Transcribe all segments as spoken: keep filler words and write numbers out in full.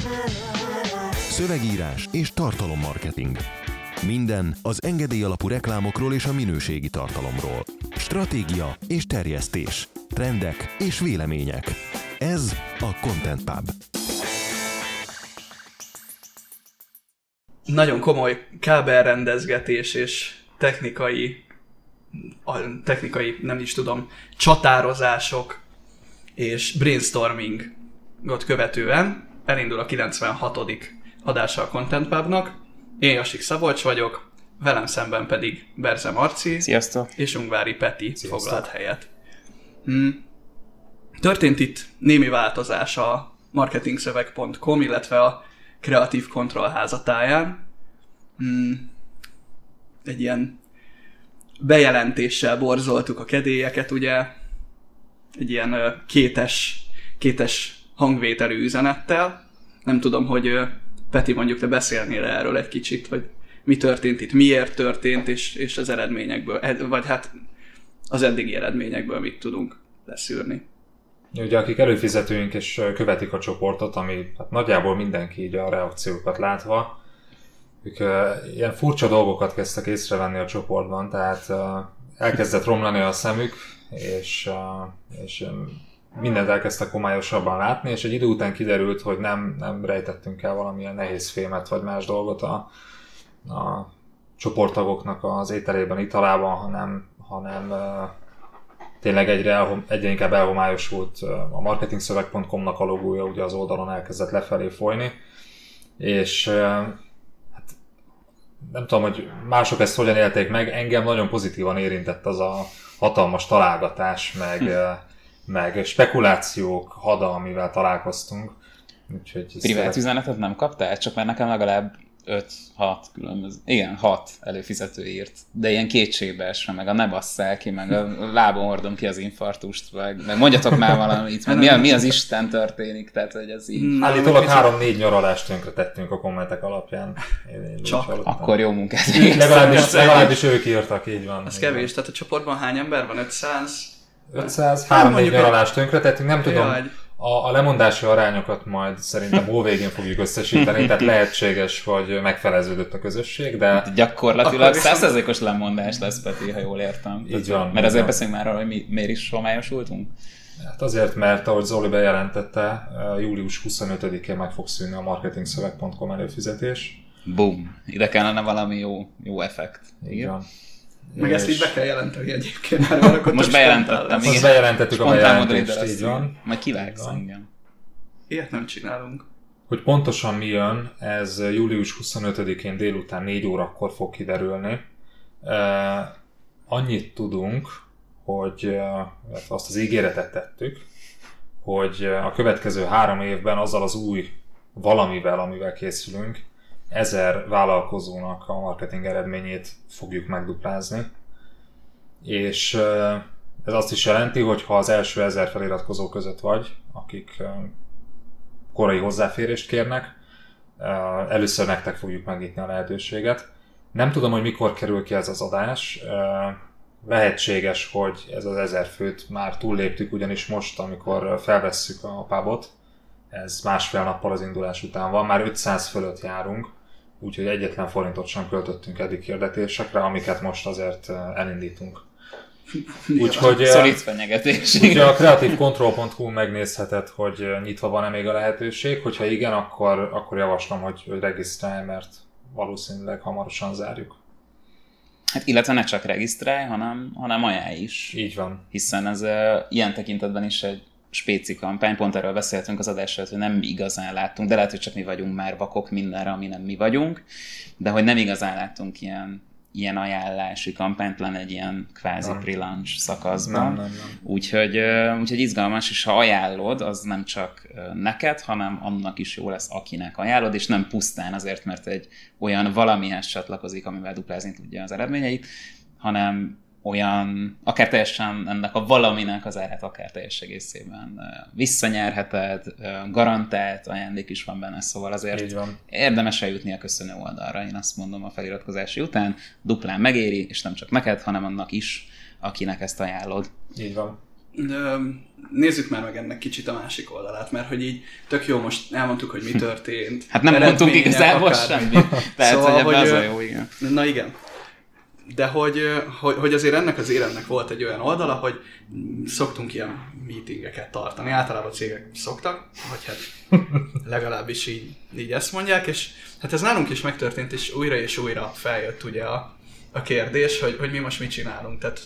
Szövegírás és tartalommarketing. Minden az engedély alapú reklámokról és a minőségi tartalomról. Stratégia és terjesztés. Trendek és vélemények. Ez a Content Pub. Nagyon komoly kábelrendezgetés és technikai, technikai, nem is tudom, csatározások és brainstormingot követően elindul a kilencvenhatodik adása a Content Pubnak. Én Jasik Szabolcs vagyok, velem szemben pedig Berze Marci. Sziasztok. És Ungvári Peti. Sziasztok. Foglalt helyet. Hmm. Történt itt némi változás a marketingszöveg pont com, illetve a Kreatív Kontroll házatáján. Hmm. Egy ilyen bejelentéssel borzoltuk a kedélyeket, ugye, egy ilyen ö, kétes, kétes hangvételű üzenettel. Nem tudom, hogy ö, Peti, mondjuk te beszélnél erről egy kicsit, hogy mi történt itt, miért történt, és, és az eredményekből, vagy hát az eddigi eredményekből mit tudunk leszűrni. Ugye akik előfizetőink és követik a csoportot, ami hát nagyjából mindenki így a reakciókat látva, ők uh, ilyen furcsa dolgokat kezdtek észrevenni a csoportban, tehát uh, elkezdett romlani a szemük, és, uh, és um, mindent elkezdtek homályosabban látni, és egy idő után kiderült, hogy nem, nem rejtettünk el valamilyen nehéz fémet vagy más dolgot a, a csoporttagoknak az ételében, italában, hanem, hanem uh, tényleg egyre, egyre inkább elhomályosult. A marketingszöveg pont com-nak a logója ugye az oldalon elkezdett lefelé folyni, és uh, hát nem tudom, hogy mások ezt hogyan élték meg, engem nagyon pozitívan érintett az a hatalmas találgatás, meg hm. meg spekulációk hada, amivel találkoztunk. Privát üzenetet nem kaptál? Csak mert nekem legalább öt-hat különböző, igen, hat előfizető írt, de ilyen kétségbeesve, meg a ne basszál ki, meg a lábon hordom ki az infarktust, meg, meg mondjatok már valamit, meg mi, a, mi az Isten történik, tehát hogy ez így... Állítólag három-négy nyaralást tönkre tettünk a kommentek alapján. Én, én Csak, akkor jó munkát. Legalábbis, legalábbis ők írtak, így van. Ez kevés, tehát a csoportban hány ember van? ötszáz? ötszáz, három-négy nyaralást tönkretettünk, nem tudom, a, a lemondási arányokat majd szerintem hó végén fogjuk összesíteni, tehát lehetséges, hogy megfeleződött a közösség, de... Gyakorlatilag száz százalékos lemondás lesz, Peti, ha jól értem. Így van. Mert azért beszélünk már arra, hogy mi, miért is homályosultunk? Hát azért, mert ahogy Zoli bejelentette, július huszonötödikén meg fog szűnni a marketingszöveg pont com előfizetés. Boom! Ide kellene valami jó, jó effekt. Így van. Meg ezt így be kell jelenteni egyébként. Már most bejelentettem, igen. Most bejelentettük a bejelentést, így van. Majd kivágsz engem. Ilyet nem csinálunk. Hogy pontosan mi jön, ez július huszonötödikén délután négy órakor fog kiderülni. Uh, annyit tudunk, hogy uh, azt az ígéretet tettük, hogy a következő három évben azzal az új valamivel, amivel készülünk, ezer vállalkozónak a marketing eredményét fogjuk megduplázni. És ez azt is jelenti, hogy ha az első ezer feliratkozó között vagy, akik korai hozzáférést kérnek, először nektek fogjuk megnyitni a lehetőséget. Nem tudom, hogy mikor kerül ki ez az adás. Lehetséges, hogy ez az ezer főt már túlléptük, ugyanis most, amikor felvesszük a pubot, ez másfél nappal az indulás után van, már ötszáz fölött járunk, úgyhogy egyetlen forintot sem költöttünk eddig hirdetésekre, amiket most azért elindítunk. Úgyhogy szolid fenyegetés. Úgyhogy a kreatív kontroll pont hu megnézheted, hogy nyitva van-e még a lehetőség, hogyha igen, akkor, akkor javaslom, hogy, hogy regisztrálj, mert valószínűleg hamarosan zárjuk. Hát illetve ne csak regisztrálj, hanem, hanem ajánlj is. Így van. Hiszen ez uh, ilyen tekintetben is egy spéci kampány, pont erről beszéltünk az adás előtt, hogy nem igazán láttunk, de lehet, hogy csak mi vagyunk már vakok mindenre, ami nem mi vagyunk, de hogy nem igazán láttunk ilyen, ilyen ajánlási kampányt, pláne egy ilyen kvázi nem. pre-launch szakaszban. Nem, nem, nem. Úgyhogy, úgyhogy izgalmas, és ha ajánlod, az nem csak neked, hanem annak is jó lesz, akinek ajánlod, és nem pusztán azért, mert egy olyan valamihez csatlakozik, amivel duplázni tudja az eredményeit, hanem olyan, akár teljesen ennek a valaminek az árát, akár teljes egészében visszanyerheted, garantált ajándék is van benne, szóval azért érdemes eljutni a köszönő oldalra, én azt mondom a feliratkozási után, duplán megéri, és nem csak neked, hanem annak is, akinek ezt ajánlod. Így van. nézzük már meg ennek kicsit a másik oldalát, mert hogy így tök jó, most elmondtuk, hogy mi történt. Hát nem mondtunk igazából semmit. Tehát, szóval, hogy ebben az a jó, igen. Na igen. De hogy, hogy, hogy azért ennek az éremnek volt egy olyan oldala, hogy szoktunk ilyen meetingeket tartani. Általában cégek szoktak, vagy hát legalábbis így, így ezt mondják, és hát ez nálunk is megtörtént, és újra és újra feljött ugye a, a kérdés, hogy, hogy mi most mit csinálunk. Tehát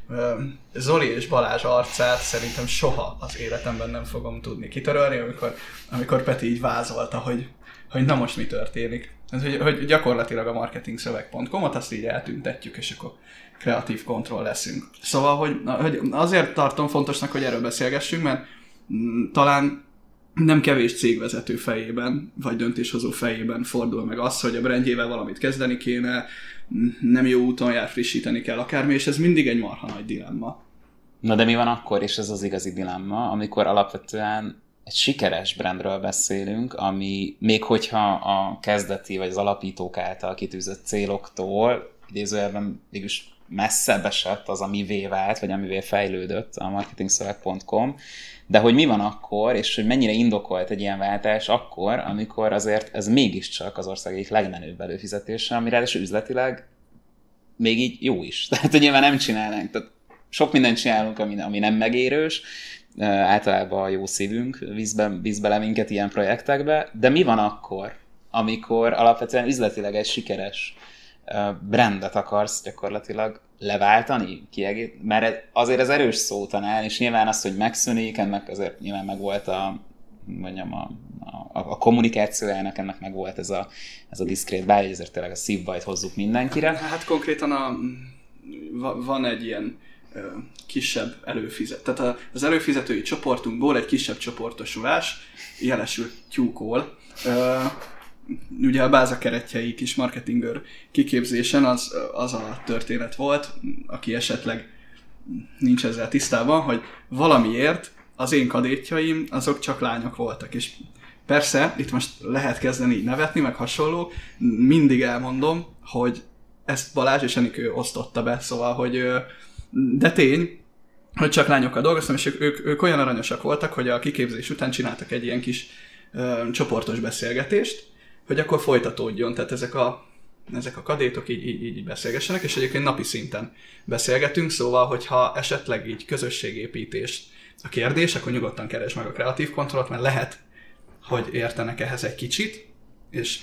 Zoli és Balázs arcát szerintem soha az életemben nem fogom tudni kitörölni, amikor, amikor Peti így vázolta, hogy, hogy na most mi történik. Ez, hogy, hogy gyakorlatilag a marketingszöveg pont com-ot azt így eltüntetjük, és akkor kreatív kontroll leszünk. Szóval, hogy, hogy azért tartom fontosnak, hogy erről beszélgessünk, mert talán nem kevés cégvezető fejében, vagy döntéshozó fejében fordul meg az, hogy a brandjével valamit kezdeni kéne, nem jó úton jár, frissíteni kell akármi, és ez mindig egy marha nagy dilemma. Na de mi van akkor, és ez az igazi dilemma, amikor alapvetően egy sikeres brandről beszélünk, ami még hogyha a kezdeti vagy az alapítók által kitűzött céloktól idézőjelben mégis messzebb esett az, amivé vált, vagy amivé fejlődött a marketingszöveg pont com, de hogy mi van akkor, és hogy mennyire indokolt egy ilyen váltás akkor, amikor azért ez mégiscsak az ország egyik legmenőbb előfizetése, ami ráadásul üzletileg még így jó is. Tehát, hogy nyilván nem csinálnánk. Tehát sok mindent csinálunk, ami, ami nem megérős, általában a jó szívünk visz, be, visz bele minket ilyen projektekbe, de mi van akkor, amikor alapvetően üzletileg egy sikeres brandet akarsz gyakorlatilag leváltani, kiegész, mert azért ez erős szó talán, és nyilván az, hogy megszűnik, ennek azért nyilván meg volt a, mondjam, a, a, a kommunikációjának, ennek meg volt ez a, ez a diszkrét báj, hogy ezért tényleg a szívbajt hozzuk mindenkire. Hát konkrétan a, van egy ilyen ö, kisebb előfizet. Tehát az előfizetői csoportunkból egy kisebb csoportosulás, jelesül tyúkol. Ö, ugye a báza keretjei kis marketingőr kiképzésen az, az a történet volt, aki esetleg nincs ezzel tisztában, hogy valamiért az én kadétjaim azok csak lányok voltak, és persze, itt most lehet kezdeni így nevetni, meg hasonló, mindig elmondom, hogy ezt Balázs és Enikő osztotta be, szóval, hogy de tény, hogy csak lányokkal dolgoztam, és ők, ők, ők olyan aranyosak voltak, hogy a kiképzés után csináltak egy ilyen kis ö, csoportos beszélgetést, hogy akkor folytatódjon, tehát ezek a, ezek a kadétok így, így, így beszélgessenek, és egyébként napi szinten beszélgetünk, szóval, hogyha esetleg így közösségépítés a kérdés, akkor nyugodtan keresd meg a kreatív kontrollt, mert lehet, hogy értenek ehhez egy kicsit, és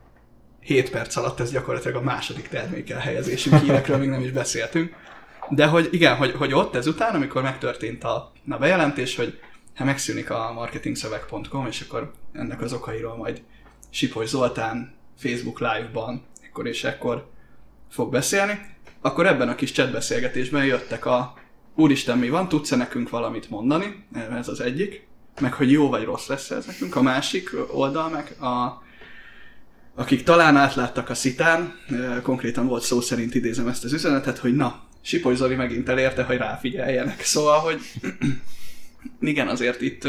hét perc alatt ez gyakorlatilag a második termékelhelyezésünk, hírekről még nem is beszéltünk. De hogy igen, hogy, hogy ott ezután, amikor megtörtént a, a bejelentés, hogy hát megszűnik a marketingszöveg pont com, és akkor ennek az okairól majd Sipos Zoltán Facebook Live-ban ekkor és ekkor fog beszélni, akkor ebben a kis chatbeszélgetésben jöttek a úristen, mi van, tudsz-e nekünk valamit mondani? Ez az egyik. Meg hogy jó vagy rossz lesz ez nekünk. A másik oldal meg, a, akik talán átláttak a szitán, konkrétan volt szó szerint idézem ezt az üzenetet, hogy na, Sipos Zoli megint elérte, hogy ráfigyeljenek. Szóval, hogy igen, azért itt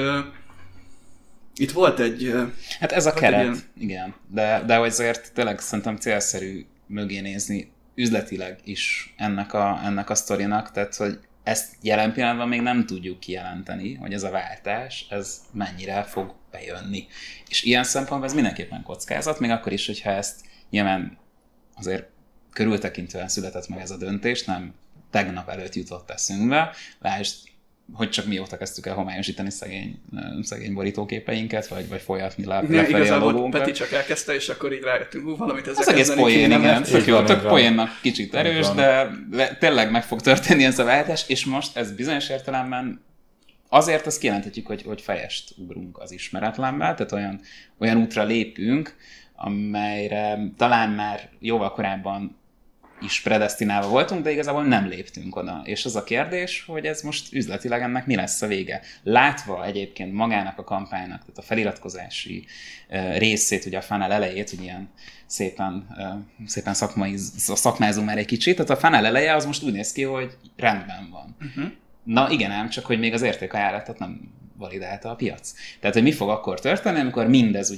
Itt volt egy... Hát ez a keret, ilyen... igen. De, de azért tényleg szerintem célszerű mögé nézni üzletileg is ennek a, ennek a sztorinak, tehát hogy ezt jelen pillanatban még nem tudjuk kijelenteni, hogy ez a váltás, ez mennyire fog bejönni. És ilyen szempontból ez mindenképpen kockázat, még akkor is, hogyha ezt nyilván azért körültekintően született meg ez a döntés, nem tegnap előtt jutott eszünkbe, lásd, hogy csak mióta kezdtük el homályosítani szegény, szegény borítóképeinket, vagy, vagy folyatni le, lefelé igazából a logónkat. Peti csak elkezdte, és akkor így rájöttünk, hú, valamit ezzel az egész poén, igen. Tök jó, tök poénnak kicsit erős, de tényleg meg fog történni ez a váltás, és most ez bizonyos értelemben azért azt kijelenthetjük, hogy, hogy fejest ugrunk az ismeretlenbe, tehát olyan, olyan útra lépünk, amelyre talán már jóval korábban is predesztinálva voltunk, de igazából nem léptünk oda. És az a kérdés, hogy ez most üzletileg ennek mi lesz a vége. Látva egyébként magának a kampánynak, tehát a feliratkozási uh, részét, ugye a funnel elejét, hogy ilyen szépen, uh, szépen szakmai, szakmázunk már egy kicsit, tehát a funnel eleje az most úgy néz ki, hogy rendben van. Uh-huh. Na igen ám, csak hogy még az értékajánlatot nem validálta a piac. Tehát, hogy mi fog akkor történni, amikor mindez ugye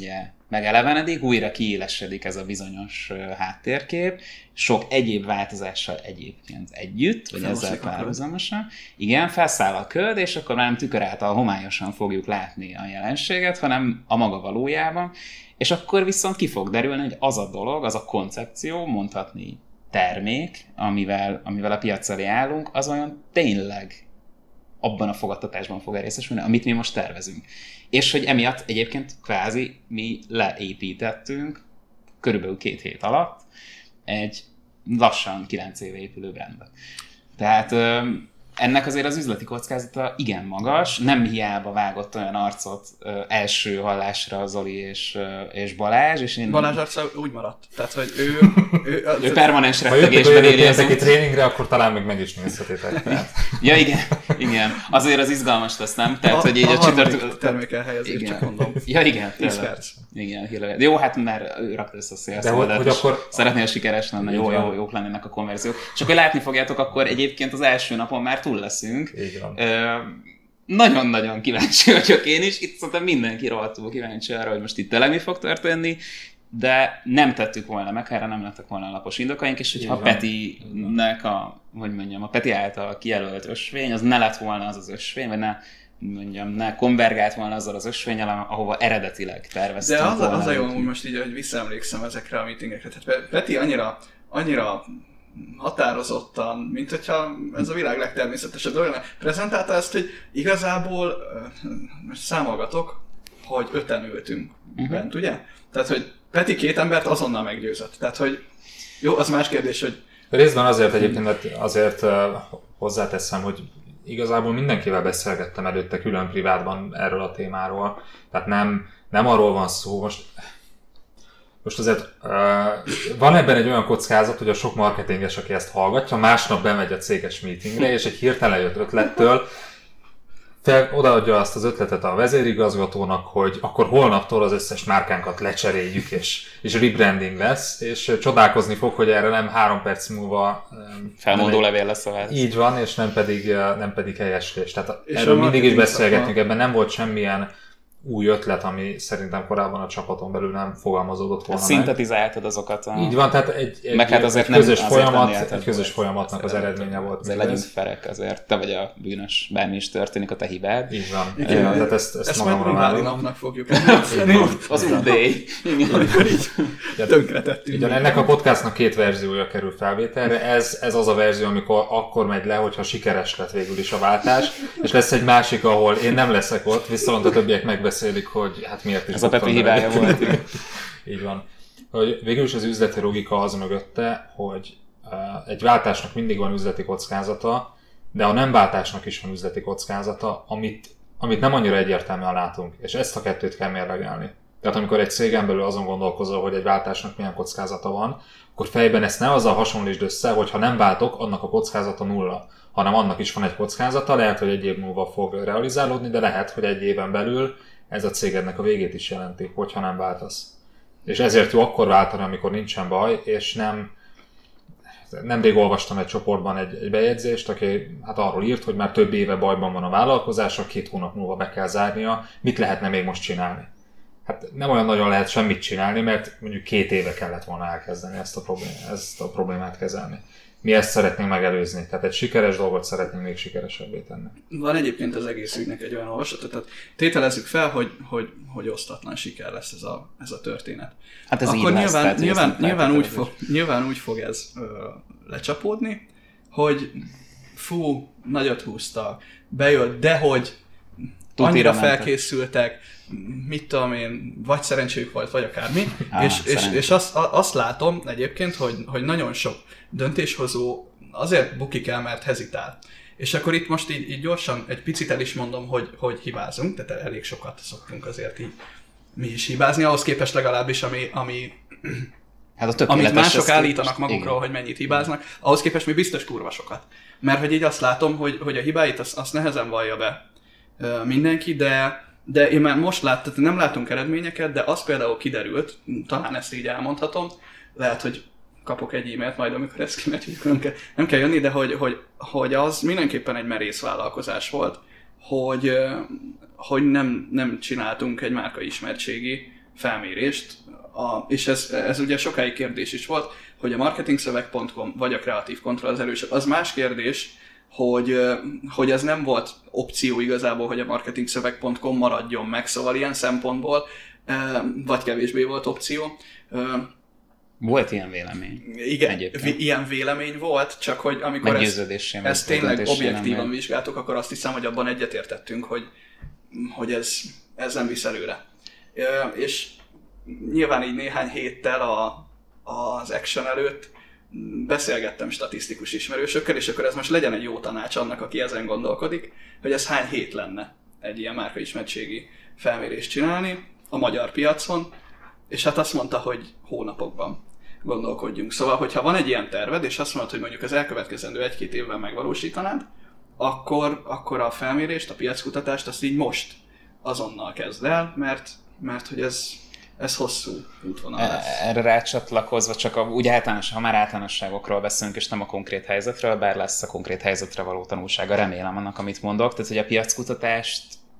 megelevenedik, újra kiélesedik ez a bizonyos háttérkép, sok egyéb változással egyébként együtt, vagy ezzel párhuzamosan. Igen, felszáll a köd, és akkor már nem tükör által homályosan fogjuk látni a jelenséget, hanem a maga valójában, és akkor viszont ki fog derülni, hogy az a dolog, az a koncepció, mondhatni termék, amivel, amivel a piac elé állunk, az olyan tényleg abban a fogadtatásban fog részesülni, amit mi most tervezünk. És hogy emiatt egyébként kvázi mi leépítettünk körülbelül két hét alatt egy lassan kilenc éve épülő brandet. Tehát ennek azért az üzleti kockázata igen magas, nem hiába vágott olyan arcot ö, első hallásra Zoli és, ö, és Balázs. És én... Balázs arca úgy maradt. Tehát, hogy ő... ő, ő, ő permanens rettegésben éli az út. Ha tréningre, akkor talán még meg is nézhetitek. Ja, igen, igen. Azért az izgalmas lesz, nem? Tehát, a, hogy így a, a csütörtök... terméken helyezés, csak mondom. Ja, igen, tíz perc. Igen, hírlevél. Jó, hát mert ő rakta össze a szélszoldat, hogy akkor... szeretné, hogy sikeres lenne, jó, jó, jók lennének a konverziók. Csak hogy látni fogjátok, akkor egyébként az első napon már túl leszünk. Ö, nagyon-nagyon kíváncsi vagyok én is. Itt szerintem mindenki rohadtul kíváncsi arra, hogy most itt tényleg mi fog történni, de nem tettük volna meg, erre nem lettek volna alapos indokaink, és hogyha a Petinek a, hogy mondjam, a Peti által kijelölt ösvény, az ne lett volna az az ösvény, vagy ne mondjam, ne konvergált volna azzal az ösvénnyel, ahova eredetileg terveztünk. De az, volna. az a jó, hogy most így, hogy visszaemlékszem ezekre a meetingekre. Tehát Peti annyira, annyira határozottan, mint hogyha ez a világ legtermészetesebb dolog. Prezentálta ezt, hogy igazából, most számolgatok, hogy öten ültünk uh-huh. bent, ugye? Tehát, hogy Peti két embert azonnal meggyőzött. Tehát, hogy jó, az más kérdés, hogy... Részben azért egyébként, mert azért uh, hozzáteszem, hogy igazából mindenkivel beszélgettem előtte külön privátban erről a témáról. Tehát nem, nem arról van szó, most... Most azért uh, van ebben egy olyan kockázat, hogy a sok marketinges, aki ezt hallgatja, másnap bemegy a céges meetingre, és egy hirtelen jött ötlettől fel, odaadja azt az ötletet a vezérigazgatónak, hogy akkor holnaptól az összes márkánkat lecseréljük, és, és rebranding lesz, és csodálkozni fog, hogy erre nem három perc múlva... Felmondó levél lesz a válasz. Így van, és nem pedig, nem pedig helyeslés. Tehát és erről mindig is beszélgetünk, ebben nem volt semmilyen új ötlet, ami szerintem korábban a csapaton belül nem fogalmazódott volna meg. Szintetizáltad azokat a... Így van, tehát egy, egy, meg hát azért egy közös, nem, folyamat, azért egy közös folyamatnak az eredménye volt. Azért legyünk ferek, azért te vagy a bűnös, bármi is történik, a te hibád. Így van. Igen, igen, tehát ezt, ezt, ezt magamra vállalom. Ezt napnak fogjuk elmondani. Az U-Day. Amikor így tönkretettünk. Igen, ennek a podcastnak két verziója kerül felvételre. Ez, ez az a verzió, amikor akkor megy le, hogyha sikeres lett végül is a váltás, és lesz egy másik, ahol én nem leszek ott, viszont a többiek megbeszélik, hogy hát miért is. Ez a Peti hibája volt. Így van. Hogy végül is az üzleti logika az mögötte, hogy uh, egy váltásnak mindig van üzleti kockázata, de a nem váltásnak is van üzleti kockázata, amit, amit nem annyira egyértelműen látunk, és ezt a kettőt kell mérlegelni. Tehát amikor egy cégen belül azon gondolkozol, hogy egy váltásnak milyen kockázata van, akkor fejben ezt ne azzal hasonlítsd össze, hogy ha nem váltok, annak a kockázata nulla, hanem annak is van egy kockázata, lehet, hogy egy év múlva fog realizálódni, de lehet, hogy egy éven belül ez a cégednek a végét is jelenti, hogyha nem váltasz. És ezért jó akkor váltani, amikor nincsen baj, és nem... Nemrég olvastam egy csoportban egy, egy bejegyzést, aki hát arról írt, hogy már több éve bajban van a vállalkozása, két hónap múlva be kell zárnia, mit lehetne még most csinálni? Hát nem olyan nagyon lehet semmit csinálni, mert mondjuk két éve kellett volna elkezdeni ezt a, problém- ezt a problémát kezelni. Mi ezt szeretnénk megelőzni, tehát egy sikeres dolgot szeretnénk még sikeresebbé tenni. Van egyébként az egész ügynek egy olyan olvasata, tehát tételezzük fel, hogy, hogy, hogy osztatlan siker lesz ez a, ez a történet. Hát ez Akkor így nyilván, lesz, nyilván, nyilván, úgy fog, nyilván úgy fog ez ö, lecsapódni, hogy fú, nagyot húzta, bejött, de hogy annyira felkészültek, mit tudom én, vagy szerencséjük volt, vagy akármi, Á, és, és, és azt, azt látom egyébként, hogy, hogy nagyon sok döntéshozó azért bukik el, mert hezitál. És akkor itt most így, így gyorsan egy picit el is mondom, hogy, hogy hibázunk, tehát elég sokat szoktunk azért így mi is hibázni, ahhoz képest legalábbis, ami, ami hát a amit mások állítanak magukról, igen, hogy mennyit hibáznak, ahhoz képest mi biztos kurva sokat. Mert hogy így azt látom, hogy, hogy a hibáit azt, azt nehezen vallja be mindenki, de De én már most láttam, nem látunk eredményeket, de az például kiderült, talán ezt így elmondhatom, lehet, hogy kapok egy e-mailt majd, amikor ezt kimegy, hogy nem kell, nem kell jönni, de hogy, hogy, hogy az mindenképpen egy merész vállalkozás volt, hogy, hogy nem, nem csináltunk egy márka ismertségi felmérést, a, és ez, ez ugye sokáig kérdés is volt, hogy a marketingszöveg pont com vagy a Creative Control az erősebb. Az más kérdés, hogy, hogy ez nem volt opció igazából, hogy a marketingszöveg pont com maradjon meg, szóval ilyen szempontból, vagy kevésbé volt opció. Volt ilyen vélemény. Igen, v- ilyen vélemény volt, csak hogy amikor ezt, ezt tényleg objektívan vizsgáltuk, akkor azt hiszem, hogy abban egyetértettünk, hogy, hogy ez, ez nem visz előre. És nyilván így néhány héttel a, az Action előtt beszélgettem statisztikus ismerősökkel, és akkor ez most legyen egy jó tanács annak, aki ezen gondolkodik, hogy ez hány hét lenne egy ilyen márkaismertségi felmérést csinálni a magyar piacon, és hát azt mondta, hogy hónapokban gondolkodjunk. Szóval, hogyha van egy ilyen terved, és azt mondod, hogy mondjuk az elkövetkezendő egy-két évben megvalósítanád, akkor, akkor a felmérést, a piackutatást azt így most azonnal kezd el, mert, mert hogy ez, ez hosszú útvonal lesz. Erre rácsatlakozva, csak a, úgy általános, ha már általánosságokról beszélünk, és nem a konkrét helyzetről, bár lesz a konkrét helyzetre való tanulsága, remélem annak, amit mondok. Tehát, hogy a piackutatást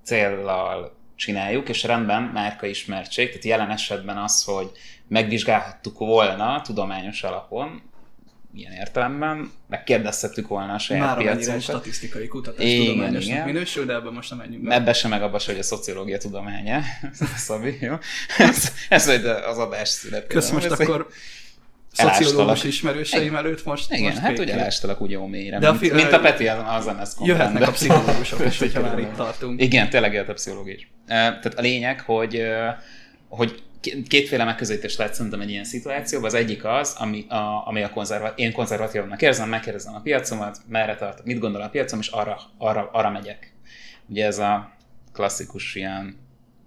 céllal csináljuk, és rendben márkaismertség, tehát jelen esetben az, hogy megvizsgálhattuk volna tudományos alapon, ilyen értelemben, megkérdezhettük volna a saját már piacunkat. Már amennyire statisztikai kutatás igen, tudományosnak igen. minősül, de ebben most nem menjünk be. Ebbe sem meg abba sem, hogy a szociológia tudománya. Szabi, jó? Ez, ez majd az adás szület. Kösz, most ez akkor szociológus ismerőseim előtt most. Igen, most hát ugye elástalak úgy jó mélyre, de a mint, mint a Peti az en es jöhetnek a pszichológusok is, hogyha már itt tartunk. Igen, tényleg jött a pszichológus. Tehát a lényeg, hogy, hogy kétféle megközelítést lehet szerintem egy ilyen szituációban. Az egyik az, ami a, ami a konzervat, én konzervatívnak érzem, megkérdezem a piacomat, merre tart, mit gondol a piacom, és arra, arra, arra megyek. Ugye ez a klasszikus ilyen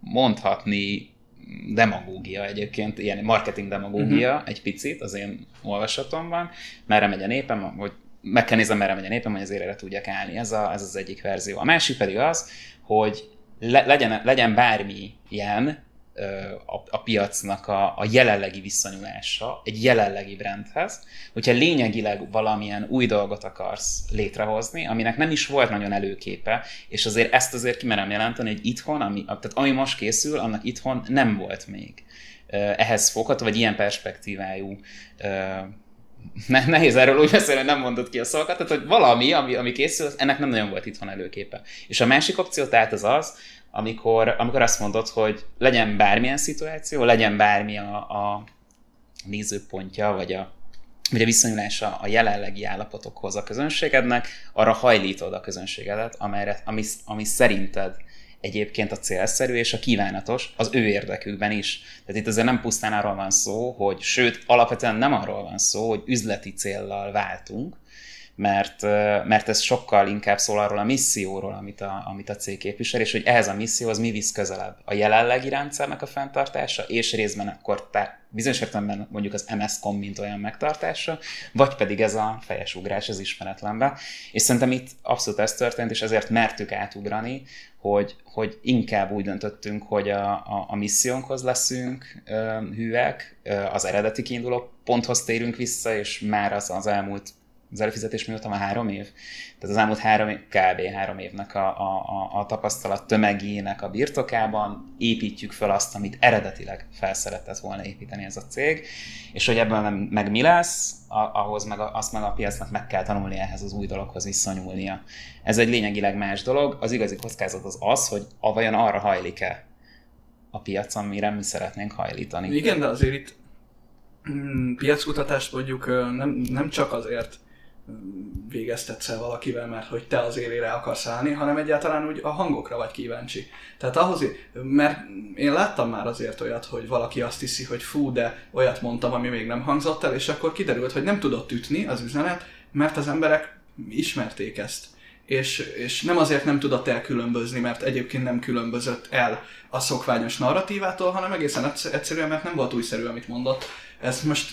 mondhatni demagógia egyébként, ilyen marketing demagógia uh-huh. egy picit az én olvasatomban, merre megy a népem, hogy meg kell nézem, merre megy a népem, hogy az érre tudjak állni. Ez, a, ez az egyik verzió. A másik pedig az, hogy le, legyen, legyen bármi ilyen a, a piacnak a, a jelenlegi viszonyulása egy jelenlegi brandhez, hogyha lényegileg valamilyen új dolgot akarsz létrehozni, aminek nem is volt nagyon előképe, és azért ezt azért kimerem jelenteni, hogy itthon, ami, tehát ami most készül, annak itthon nem volt még ehhez fogható, vagy ilyen perspektívájú. Nehéz erről úgy beszélni, hogy nem mondod ki a szavakat, tehát hogy valami, ami, ami készül, ennek nem nagyon volt itthon előképe. És a másik opció tehát az az, Amikor, amikor azt mondod, hogy legyen bármilyen szituáció, legyen bármi a, a nézőpontja, vagy a, vagy a viszonyulása a jelenlegi állapotokhoz a közönségednek, arra hajlítod a közönségedet, amelyre, ami, ami szerinted egyébként a célszerű és a kívánatos az ő érdekükben is. Tehát itt azért nem pusztán arról van szó, hogy sőt, alapvetően nem arról van szó, hogy üzleti céllal váltunk, Mert, mert ez sokkal inkább szól arról a misszióról, amit a, amit a cég képvisel, és hogy ehhez a misszióhoz mi visz közelebb. A jelenlegi rendszernek a fenntartása, és részben akkor te, bizonyos értelemben mondjuk az em es pont com mint olyan megtartása, vagy pedig ez a fejes ugrás az ismeretlenbe. És szerintem itt abszolút ez történt, és ezért mertük átugrani, hogy, hogy inkább úgy döntöttünk, hogy a, a, a missziónkhoz leszünk ö, hűek, ö, az eredeti kiinduló ponthoz térünk vissza, és már az, az elmúlt az előfizetés mióta már három év? Tehát az elmúlt három év, kb. három évnek a, a, a tapasztalat tömegének a birtokában építjük fel azt, amit eredetileg felszeretett volna építeni ez a cég, és hogy ebből meg mi lesz, ahhoz meg a, azt meg a piacnak meg kell tanulni ehhez az új dologhoz viszonyulnia. Ez egy lényegileg más dolog, az igazi kockázat az az, hogy a vajon arra hajlik-e a piac, amire mi szeretnénk hajlítani. Igen, de azért itt mm, piackutatást mondjuk nem, nem csak azért végeztetsz el valakivel, mert hogy te az élére akarsz állni, hanem egyáltalán úgy a hangokra vagy kíváncsi. Tehát ahhoz, mert én láttam már azért olyat, hogy valaki azt hiszi, hogy fú, de olyat mondtam, ami még nem hangzott el, és akkor kiderült, hogy nem tudott ütni az üzenet, mert az emberek ismerték ezt. És, és nem azért nem tudott elkülönbözni, mert egyébként nem különbözött el a szokványos narratívától, hanem egészen egyszerűen, mert nem volt újszerű, amit mondott. Ez most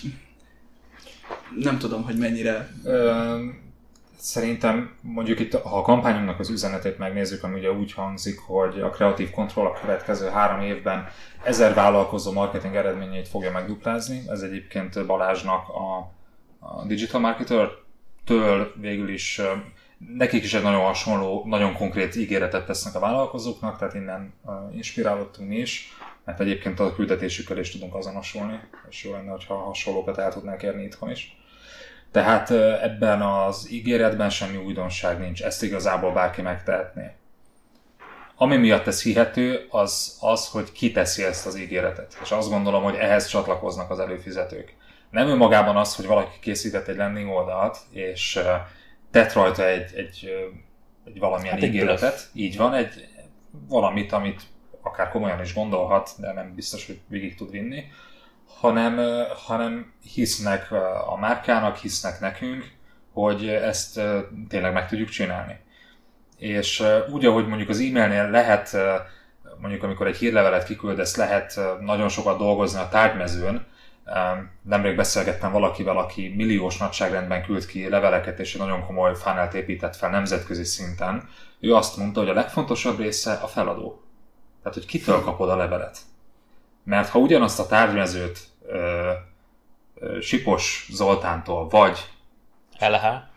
nem tudom, hogy mennyire... Ö, szerintem mondjuk itt, ha a kampányunknak az üzenetét megnézzük, ami ugye úgy hangzik, hogy a Creative Control a következő három évben ezer vállalkozó marketing eredményeit fogja megduplázni. Ez egyébként Balázsnak a, a Digital Marketer-től végül is nekik is egy nagyon hasonló, nagyon konkrét ígéretet tesznek a vállalkozóknak, tehát innen inspirálódtunk mi is. mert egyébként a küldetésükkel is tudunk azonosulni, és jó lenne, ha hasonlókat el tudnánk érni itthon is. Tehát ebben az ígéretben semmi újdonság nincs, ezt igazából bárki megtehetné. Ami miatt ez hihető, az az, hogy ki teszi ezt az ígéretet. És azt gondolom, hogy ehhez csatlakoznak az előfizetők. Nem önmagában az, hogy valaki készített egy landing oldalt, és tett rajta egy, egy, egy valamilyen hát ígéretet. Egy így van, egy valamit, amit akár komolyan is gondolhat, de nem biztos, hogy végig tud vinni, hanem, hanem hisznek a márkának, hisznek nekünk, hogy ezt tényleg meg tudjuk csinálni. És úgy, ahogy mondjuk az e-mailnél lehet, mondjuk amikor egy hírlevelet kiküldesz, lehet nagyon sokat dolgozni a tárgymezőn. Nemrég beszélgettem valakivel, aki milliós nagyságrendben küld ki leveleket, és egy nagyon komoly funnelt épített fel nemzetközi szinten. Ő azt mondta, hogy a legfontosabb része a feladó. Tehát, hogy kitől kapod a levelet. Mert ha ugyanazt a tárgymezőt ö, ö, Sipos Zoltántól, vagy el há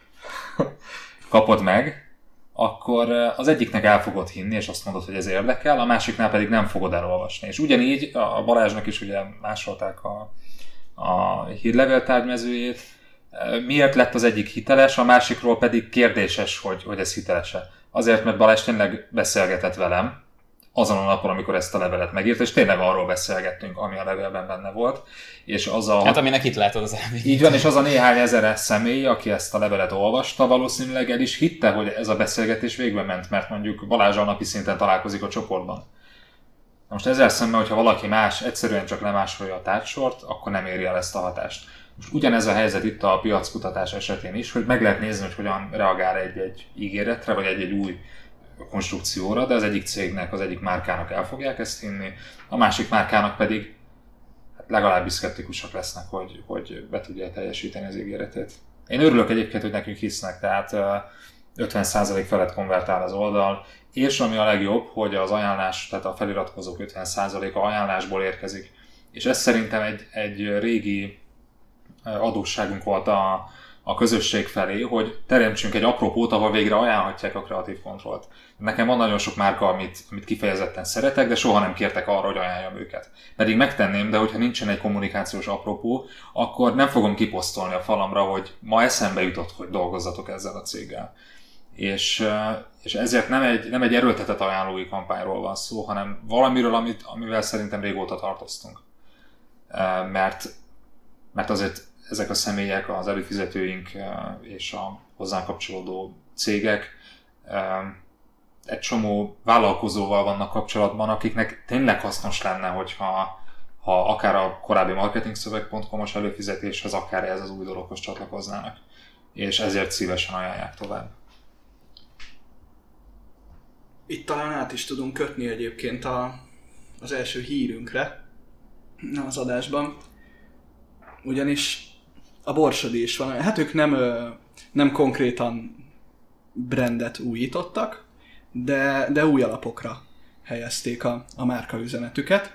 kapod meg, akkor az egyiknek el fogod hinni, és azt mondod, hogy ez érdekel, a másiknál pedig nem fogod elolvasni. És ugyanígy a Balázsnak is ugye másolták a, a hírlevél tárgymezőjét. Miért lett az egyik hiteles, a másikról pedig kérdéses, hogy, hogy ez hiteles-e? Azért, mert Balázs tényleg beszélgetett velem azon a napon, amikor ezt a levelet megírt, és tényleg arról beszélgettünk, ami a levélben benne volt. És az a... Hát aminek itt látod az elvégét. Így van, és az a néhány ezer személy, aki ezt a levelet olvasta, valószínűleg el is hitte, hogy ez a beszélgetés végbe ment, mert mondjuk Balázsral napi szinten találkozik a csoportban. Most ezzel szemben, hogyha valaki más egyszerűen csak lemásolja a tárgysort, akkor nem éri el ezt a hatást. Most ugyanez a helyzet itt a piackutatás esetén is, hogy meg lehet nézni, hogy hogyan reagál egy-egy ígéretre, vagy egy-egy új konstrukcióra, de az egyik cégnek, az egyik márkának el fogják ezt hinni, a másik márkának pedig hát legalábbis szkeptikusak lesznek, hogy, hogy be tudja teljesíteni az ígéretét. Én örülök egyébként, hogy nekünk hisznek, tehát ötven százalék felett konvertál az oldal, és ami a legjobb, hogy az ajánlás, tehát a feliratkozók ötven százaléka ajánlásból érkezik. És ez szerintem egy, egy régi adósságunk volt a, a közösség felé, hogy teremtsünk egy apropót, ahol végre ajánlhatják a Creative Controlt. Nekem van nagyon sok márka, amit, amit kifejezetten szeretek, de soha nem kértek arra, hogy ajánljam őket. Pedig megtenném, de hogyha nincsen egy kommunikációs apropó, akkor nem fogom kiposztolni a falamra, hogy ma eszembe jutott, hogy dolgozzatok ezzel a céggel. És, és ezért nem egy, nem egy erőltetett ajánlói kampányról van szó, hanem valamiről, amit, amivel szerintem régóta tartoztunk. Mert, mert azért ezek a személyek, az előfizetőink és a hozzánk kapcsolódó cégek egy csomó vállalkozóval vannak kapcsolatban, akiknek tényleg hasznos lenne, hogyha ha akár a korábbi marketingszöveg pont com-os előfizetéshez, akár ez az új dologhoz csatlakoznának. És ezért szívesen ajánlják tovább. Itt talán át is tudunk kötni egyébként a, az első hírünkre az adásban. Ugyanis a Borsodi is van. Hát ők nem, nem konkrétan brandet újítottak, de, de új alapokra helyezték a, a márka üzenetüket.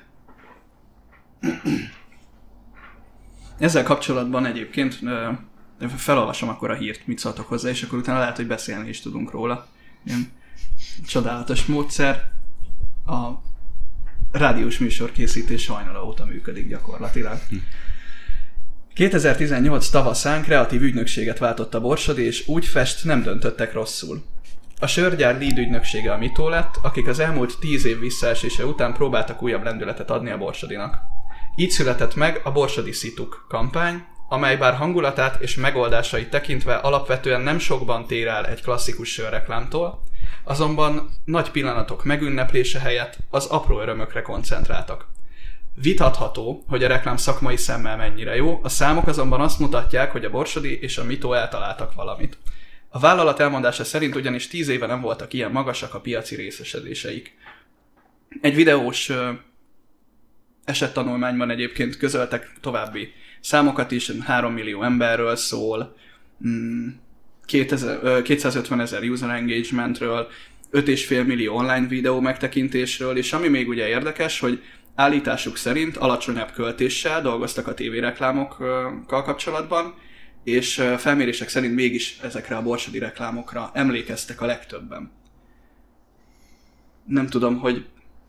Ezzel kapcsolatban egyébként felolvasom akkor a hírt, mit szóltok hozzá, és akkor utána lehet, hogy beszélni is tudunk róla. Ilyen csodálatos módszer. A rádiós műsorkészítés hajnala óta működik gyakorlatilag. kétezer-tizennyolc tavaszán kreatív ügynökséget váltott a Borsodi, és úgy fest, nem döntöttek rosszul. A sörgyár lead ügynöksége a Mitó lett, akik az elmúlt tíz év visszaesése után próbáltak újabb lendületet adni a Borsodinak. Így született meg a Borsodi Szituk kampány, amely bár hangulatát és megoldásait tekintve alapvetően nem sokban tér el egy klasszikus sörreklámtól, azonban nagy pillanatok megünneplése helyett az apró örömökre koncentráltak. Vitatható, hogy a reklám szakmai szemmel mennyire jó, a számok azonban azt mutatják, hogy a Borsodi és a Mitó eltaláltak valamit. A vállalat elmondása szerint ugyanis tíz éve nem voltak ilyen magasak a piaci részesedéseik. Egy videós ö, esettanulmányban egyébként közöltek további számokat is, három millió emberről szól, mm, kétszázötven ezer user engagementről, öt egész öt millió online videó megtekintésről, és ami még ugye érdekes, hogy állításuk szerint alacsonyabb költéssel dolgoztak a tévéreklámokkal kapcsolatban, és felmérések szerint mégis ezekre a Borsodi reklámokra emlékeztek a legtöbben. Nem tudom, hogy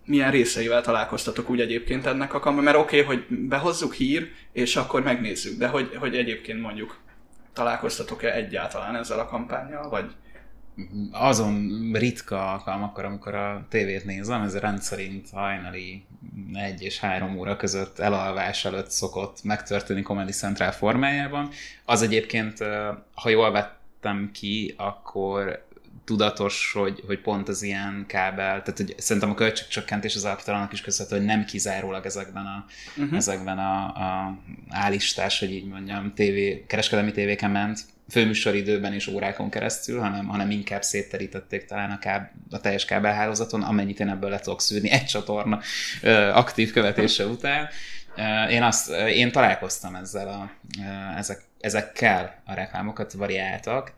milyen részeivel találkoztatok úgy egyébként ennek a kampány? Mert oké, okay, hogy behozzuk hír, és akkor megnézzük, de hogy, hogy egyébként mondjuk találkoztatok-e egyáltalán ezzel a kampánnyal, vagy... Azon ritka alkalmakkor, amikor a tévét nézem, ez rendszerint hajnali egy és három óra között elalvás előtt szokott megtörténni Comedy Central formájában. Az egyébként, ha jól vettem ki, akkor tudatos, hogy, hogy pont az ilyen kábel, tehát hogy szerintem a költségcsökkentés az alapítalának is köszönhető, hogy nem kizárólag ezekben a, uh-huh. ezekben a, a állistás, hogy így mondjam, tévé, kereskedelmi tévéken ment, főműsoridőben és órákon keresztül, hanem, hanem inkább szétterítették talán a, káb, a teljes kábelhálózaton, amennyit én ebből le tudok szűrni egy csatorna ö, aktív követése után. Én, azt, én találkoztam ezzel a, ezek, ezekkel a reklámokat variáltak.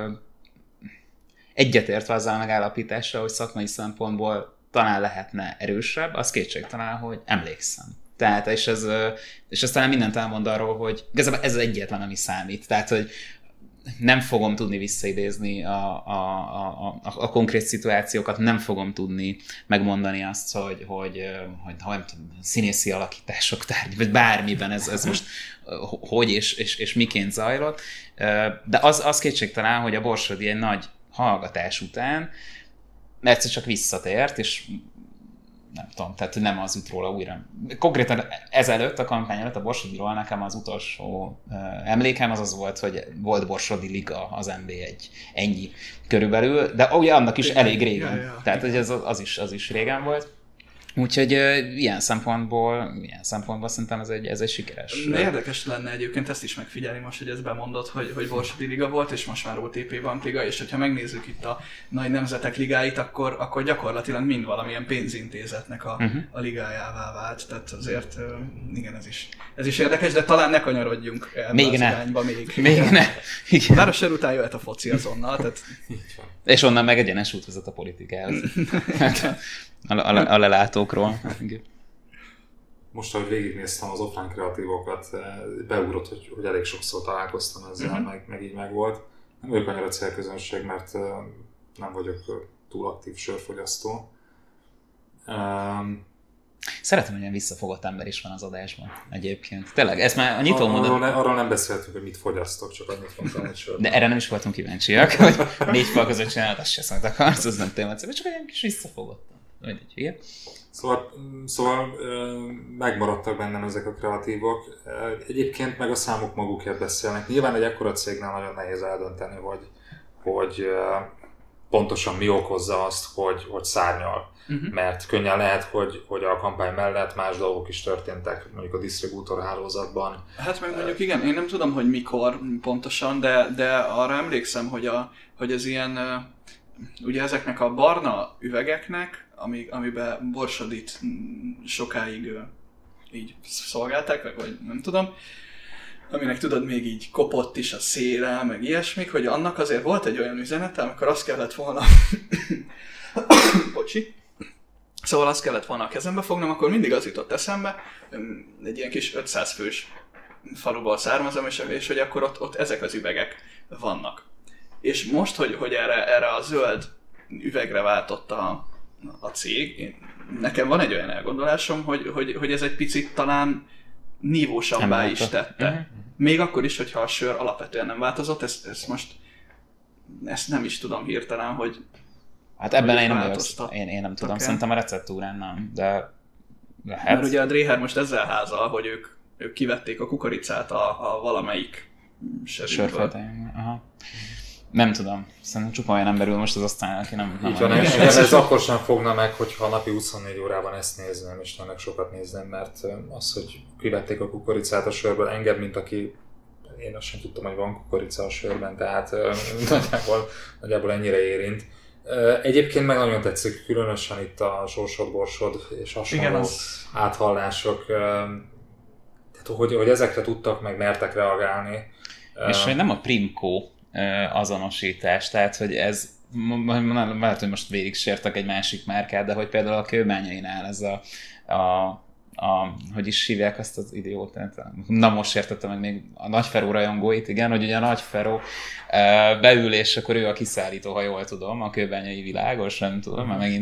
Egyetértve azzal a megállapítással, hogy szakmai szempontból talán lehetne erősebb, az kétségtelen, hogy emlékszem. Tehát, és ez, és ez talán mindent elmond arról, hogy igazából ez az egyetlen, ami számít. Tehát, hogy nem fogom tudni visszaidézni a, a, a, a, a konkrét szituációkat, nem fogom tudni megmondani azt, hogy, hogy, hogy ha nem tudom, színészi alakítások tárgy, vagy bármiben ez, ez most hogy és, és, és miként zajlott. De az, az kétségtelen, hogy a Borsodi egy nagy hallgatás után egyszer csak visszatért, és nem tudom, tehát nem az üt róla újra. Konkrétan ezelőtt, a kampány előtt a Borsodiról nekem az utolsó uh, emlékem az az volt, hogy volt Borsodi Liga az en bé egy. Ennyi körülbelül, de ugye annak is elég régen. Ja, ja. Tehát hogy ez az is, az is régen volt. Úgyhogy uh, ilyen szempontból, ilyen szempontból szerintem ez egy, ez egy sikeres. Érdekes lenne egyébként ezt is megfigyelni most, hogy ezt bemondod, hogy, hogy Borsodi Liga volt, és most már o té pé Bankliga, és hogyha megnézzük itt a nagy nemzetek ligáit, akkor, akkor gyakorlatilag mind valamilyen pénzintézetnek a, uh-huh. a ligájává vált. Tehát azért igen, ez is, ez is érdekes, de talán ne kanyarodjunk ebbe még az ne. irányba még. Még ne. Igen. Bár a sor után jöhet a foci azonnal. Tehát... és onnan meg egyenes út vezet a politikához. A, a, a lelátókról. Most, ahogy végignéztem az offline kreatívokat, beugrott, hogy, hogy elég sokszor találkoztam ezzel, uh-huh. meg, meg így megvolt. Nem vagyok annyira célközönség, mert nem vagyok túl aktív sörfogyasztó. Um, Szeretem, hogy ilyen visszafogott ember is van az adásban egyébként. Tényleg, ezt már a nyitó mondat... Arról, ne, arról nem beszéltünk, hogy mit fogyasztok, csak annyit mondtam, hogy sörben. De erre nem is voltunk kíváncsiak, hogy négy fal között csinálod, azt se szólt akarsz, az nem témát, csak olyan kis visszafogott. Mindegy, igen. Szóval, szóval megmaradtak bennem ezek a kreatívok. Egyébként meg a számok magukért beszélnek. Nyilván egy ekkora cégnál nagyon nehéz eldönteni, hogy, hogy pontosan mi okozza azt, hogy, hogy szárnyal. Uh-huh. Mert könnyen lehet, hogy, hogy a kampány mellett más dolgok is történtek, mondjuk a disztribútor hálózatban. Hát meg mondjuk igen, én nem tudom, hogy mikor pontosan, de, de arra emlékszem, hogy, a, hogy ez ilyen, ugye ezeknek a barna üvegeknek, ami, amiben Borsodit sokáig így szolgálták, vagy, vagy nem tudom, aminek tudod, még így kopott is a széle, meg ilyesmik, hogy annak azért volt egy olyan üzenete, amikor azt kellett volna... Bocsi. Szóval azt kellett volna a kezembe fognom, akkor mindig az jutott eszembe, egy ilyen kis ötszáz fős faluból származom, és, és hogy akkor ott, ott ezek az üvegek vannak. És most, hogy, hogy erre, erre a zöld üvegre váltott a, a cég, én, nekem van egy olyan elgondolásom, hogy, hogy, hogy ez egy picit talán nívósabbá is tette. Uh-huh. Még akkor is, hogyha a sör alapvetően nem változott, ezt, ezt most ezt nem is tudom hirtelen, hogy hát ebben én nem, én, én nem tudom, szerintem a receptúrán nem, de lehet. Mert ugye a Dreher most ezzel házal, hogy ők, ők kivették a kukoricát a, a valamelyik sörföltején. Aha. Nem tudom, szerintem csupa olyan ember ül most az asztalán, aki nem... nem így van, ez, ez, ez akkor sem fogna meg, hogyha napi huszonnégy órában ezt nézném, és ennek sokat nézném, mert az, hogy kivették a kukoricát a sörből, engem, mint aki... Én azt sem tudtam, hogy van kukorica a sörben, tehát nagyjából, nagyjából ennyire érint. Egyébként meg nagyon tetszik, különösen itt a sorsod, borsod és hasonló az... áthallások, tehát hogy, hogy ezekre tudtak, meg mertek reagálni. És hogy nem a Primco azonosítás, tehát hogy ez, lehet, hogy most végig sértek egy másik márkát, de hogy például a Kőbányainál ez a, a, a hogy is hívják azt az idiótát? Na most sértettem meg még a Nagyferó rajongóit, igen, hogy ugye a Nagyferó beül, és akkor ő a kiszállító, ha jól tudom, a Kőbányai Világos, nem tudom, mert megint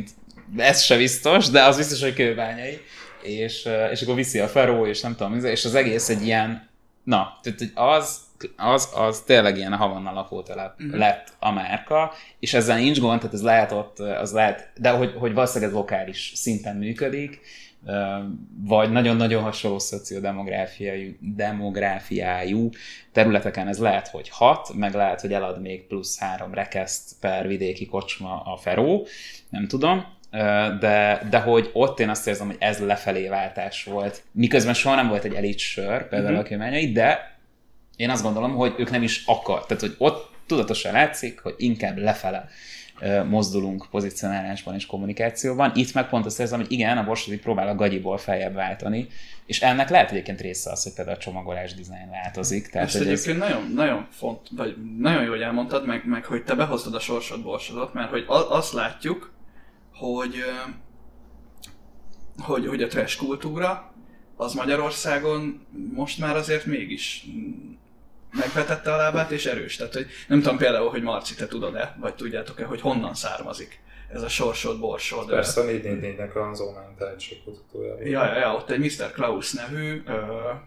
ez se biztos, de az biztos, hogy kőbányai. És, és akkor viszi a Feró, és nem tudom, és az egész egy ilyen, na, tehát az, az, az tényleg ilyen a Havanna lakótelep mm. lett a márka, és ezzel nincs gond, tehát ez lehet ott, az lehet, de hogy, hogy valószínűleg ez lokális szinten működik, vagy nagyon-nagyon hasonló szociodemográfiájú demográfiájú területeken ez lehet, hogy hat, meg lehet, hogy elad még plusz három rekeszt per vidéki kocsma a Feró, nem tudom, de, de hogy ott én azt érzem, hogy ez lefelé váltás volt, miközben soha nem volt egy elit sör, például uh-huh. a kőbányai, de én azt gondolom, hogy ők nem is akar, tehát hogy ott tudatosan látszik, hogy inkább lefele mozdulunk pozicionálásban és kommunikációban. Itt meg pont azt érzem, hogy igen, a Borsodi próbál a gagyiból feljebb váltani, és ennek lehet egyébként része az, hogy például a csomagolás dizájn változik. Tehát, ezt egyébként ez... nagyon, nagyon font, vagy nagyon jó, hogy elmondtad, meg, meg hogy te behoztad a Sorsod Borsodot, mert hogy azt látjuk, hogy, hogy, hogy a trash kultúra az Magyarországon most már azért mégis megvetette a lábát, és erős. Tehát, hogy nem tudom például, hogy Marci, te tudod-e, vagy tudjátok-e, hogy honnan származik ez a Sorsod, Borsod. Persze a négy négy négynek az online tehetségkutatója. Ja, ja, ja, ott egy miszter Klaus nevű ö,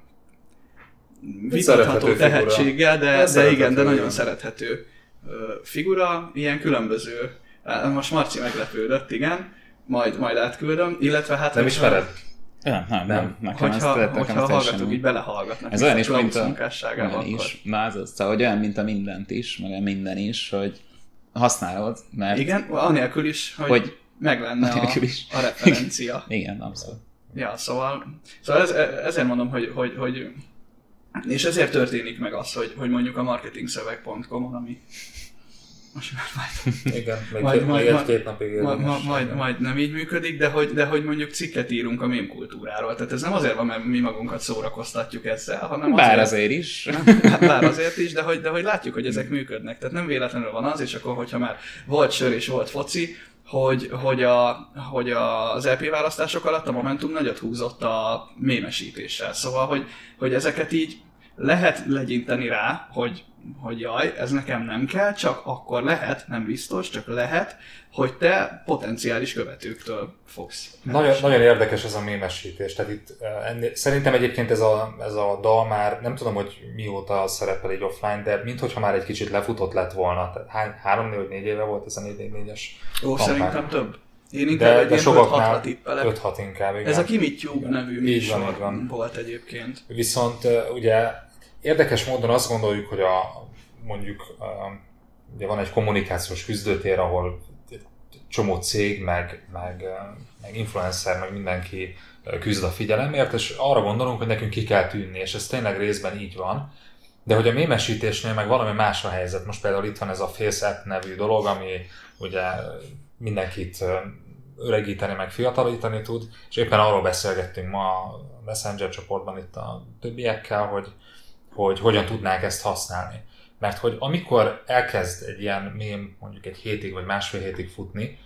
vitatható tehetséggel, de, de igen, de nagyon szerethető ö, figura, ilyen különböző. Most Marci meglepődött, igen, majd, majd átküldöm, illetve hát... Nem ismered? Nem, nem, nem. Nekem hogyha ezt, hogyha a hallgatók így belehallgatnak. Ez olyan is, mint a munkásságában. Is. Na, az az, szóval, hogy olyan, mint a mindent is, meg a minden is, hogy használod, mert... Igen, anélkül is, hogy, hogy meg lenne a, a referencia. Igen, abszolút. Ja, szóval, szóval ez, ezért mondom, hogy, hogy, hogy... És ezért történik meg az, hogy, hogy mondjuk a marketingszöveg pont com-on, ami... Most már majd, igen, még majd, majd, egy-két napig majd, majd, majd, majd nem így működik, de hogy, de hogy mondjuk cikket írunk a mém kultúráról. Tehát ez nem azért van, mert mi magunkat szórakoztatjuk ezzel, hanem azért... Bár azért is. Bár azért is, de hogy, de hogy látjuk, hogy ezek működnek. Tehát nem véletlenül van az, és akkor, hogyha már volt sör és volt foci, hogy, hogy, a, hogy az é pé választások alatt a Momentum nagyot húzott a mémesítéssel. Szóval, hogy, hogy ezeket így lehet legyinteni rá, hogy hogy jaj, ez nekem nem kell, csak akkor lehet, nem biztos, csak lehet, hogy te potenciális követőktől fogsz. Nagyon, nagyon érdekes ez a mémesítés. Tehát itt, ennél, szerintem egyébként ez a, ez a dal már, nem tudom, hogy mióta szerepel így offline, de minthogyha már egy kicsit lefutott lett volna. Tehát hány, három, vagy négy éve volt ez a négy négy négyes Ó, kampány. Szerintem több. Én inkább egy ilyen öt hatra tippelek. öt hat inkább, igen. Ez a Kimitube nevű műsor volt egyébként. Viszont ugye érdekes módon azt gondoljuk, hogy a, mondjuk ugye van egy kommunikációs küzdőtér, ahol csomó cég, meg, meg, meg influencer, meg mindenki küzd a figyelemért, és arra gondolunk, hogy nekünk ki kell tűnni, és ez tényleg részben így van. De hogy a mémesítésnél meg valami más a helyzet. Most például itt van ez a FaceApp nevű dolog, ami ugye mindenkit öregíteni, meg fiatalítani tud, és éppen arról beszélgettünk ma a Messenger csoportban itt a többiekkel, hogy hogy hogyan tudnák ezt használni. Mert hogy amikor elkezd egy ilyen mém mondjuk egy hétig vagy másfél hétig futni,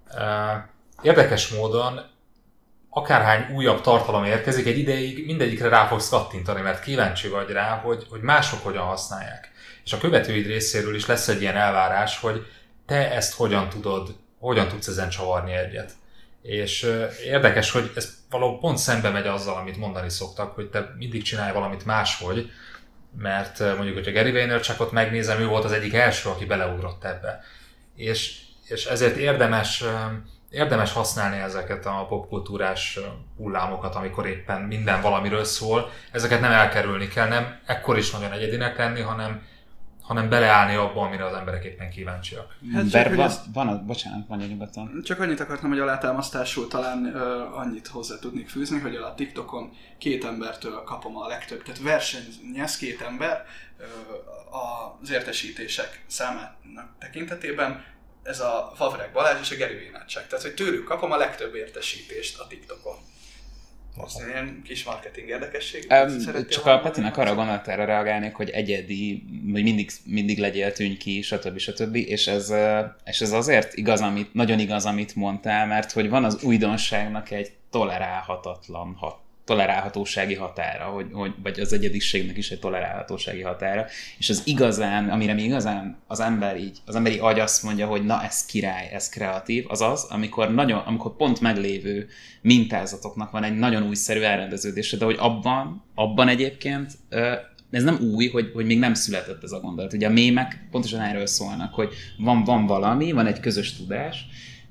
érdekes módon akárhány újabb tartalom érkezik, egy ideig mindegyikre rá fogsz kattintani, mert kíváncsi vagy rá, hogy, hogy mások hogyan használják. És a követőid részéről is lesz egy ilyen elvárás, hogy te ezt hogyan tudod, hogyan tudsz ezen csavarni egyet. És érdekes, hogy ez valahol pont szembe megy azzal, amit mondani szoktak, hogy te mindig csinálj valamit máshogy, mert mondjuk, hogyha Gary Vaynerchukot megnézem, ő volt az egyik első, aki beleugrott ebbe. És, és ezért érdemes, érdemes használni ezeket a popkultúrás hullámokat, amikor éppen minden valamiről szól. Ezeket nem elkerülni kell, nem ekkor is nagyon egyedinek lenni, hanem, hanem beleállni abba, amire az emberek éppen kíváncsiak. Hát csak, van, ezt... van a, bocsánat, mondja nyugodtan. Csak annyit akartam, hogy alátámasztásul talán uh, annyit hozzá tudnék fűzni, hogy a TikTokon két embertől kapom a legtöbb, tehát versenyez két ember uh, az értesítések számának tekintetében, ez a Favreg Balázs és a Geri Vaynerchuk. Tehát, hogy tőlük kapom a legtöbb értesítést a TikTokon. Azt ilyen kis marketing érdekesség. Um, csak a Petinek arra gondolatára reagálnék, hogy egyedi, hogy mindig, mindig legyél, tűnj ki, stb. stb. És ez, és ez azért igaz, amit, nagyon igaz, amit mondtál, mert hogy van az újdonságnak egy tolerálhatatlan hat, tolerálhatósági határa, hogy, hogy, vagy az egyediségnek is egy tolerálhatósági határa, és az igazán, amire mi igazán az ember így, az emberi agy azt mondja, hogy na ez király, ez kreatív, az az, amikor, nagyon, amikor pont meglévő mintázatoknak van egy nagyon újszerű elrendeződése, de hogy abban, abban egyébként ez nem új, hogy, hogy még nem született ez a gondolat. Ugye a mémek pontosan erről szólnak, hogy van, van valami, van egy közös tudás,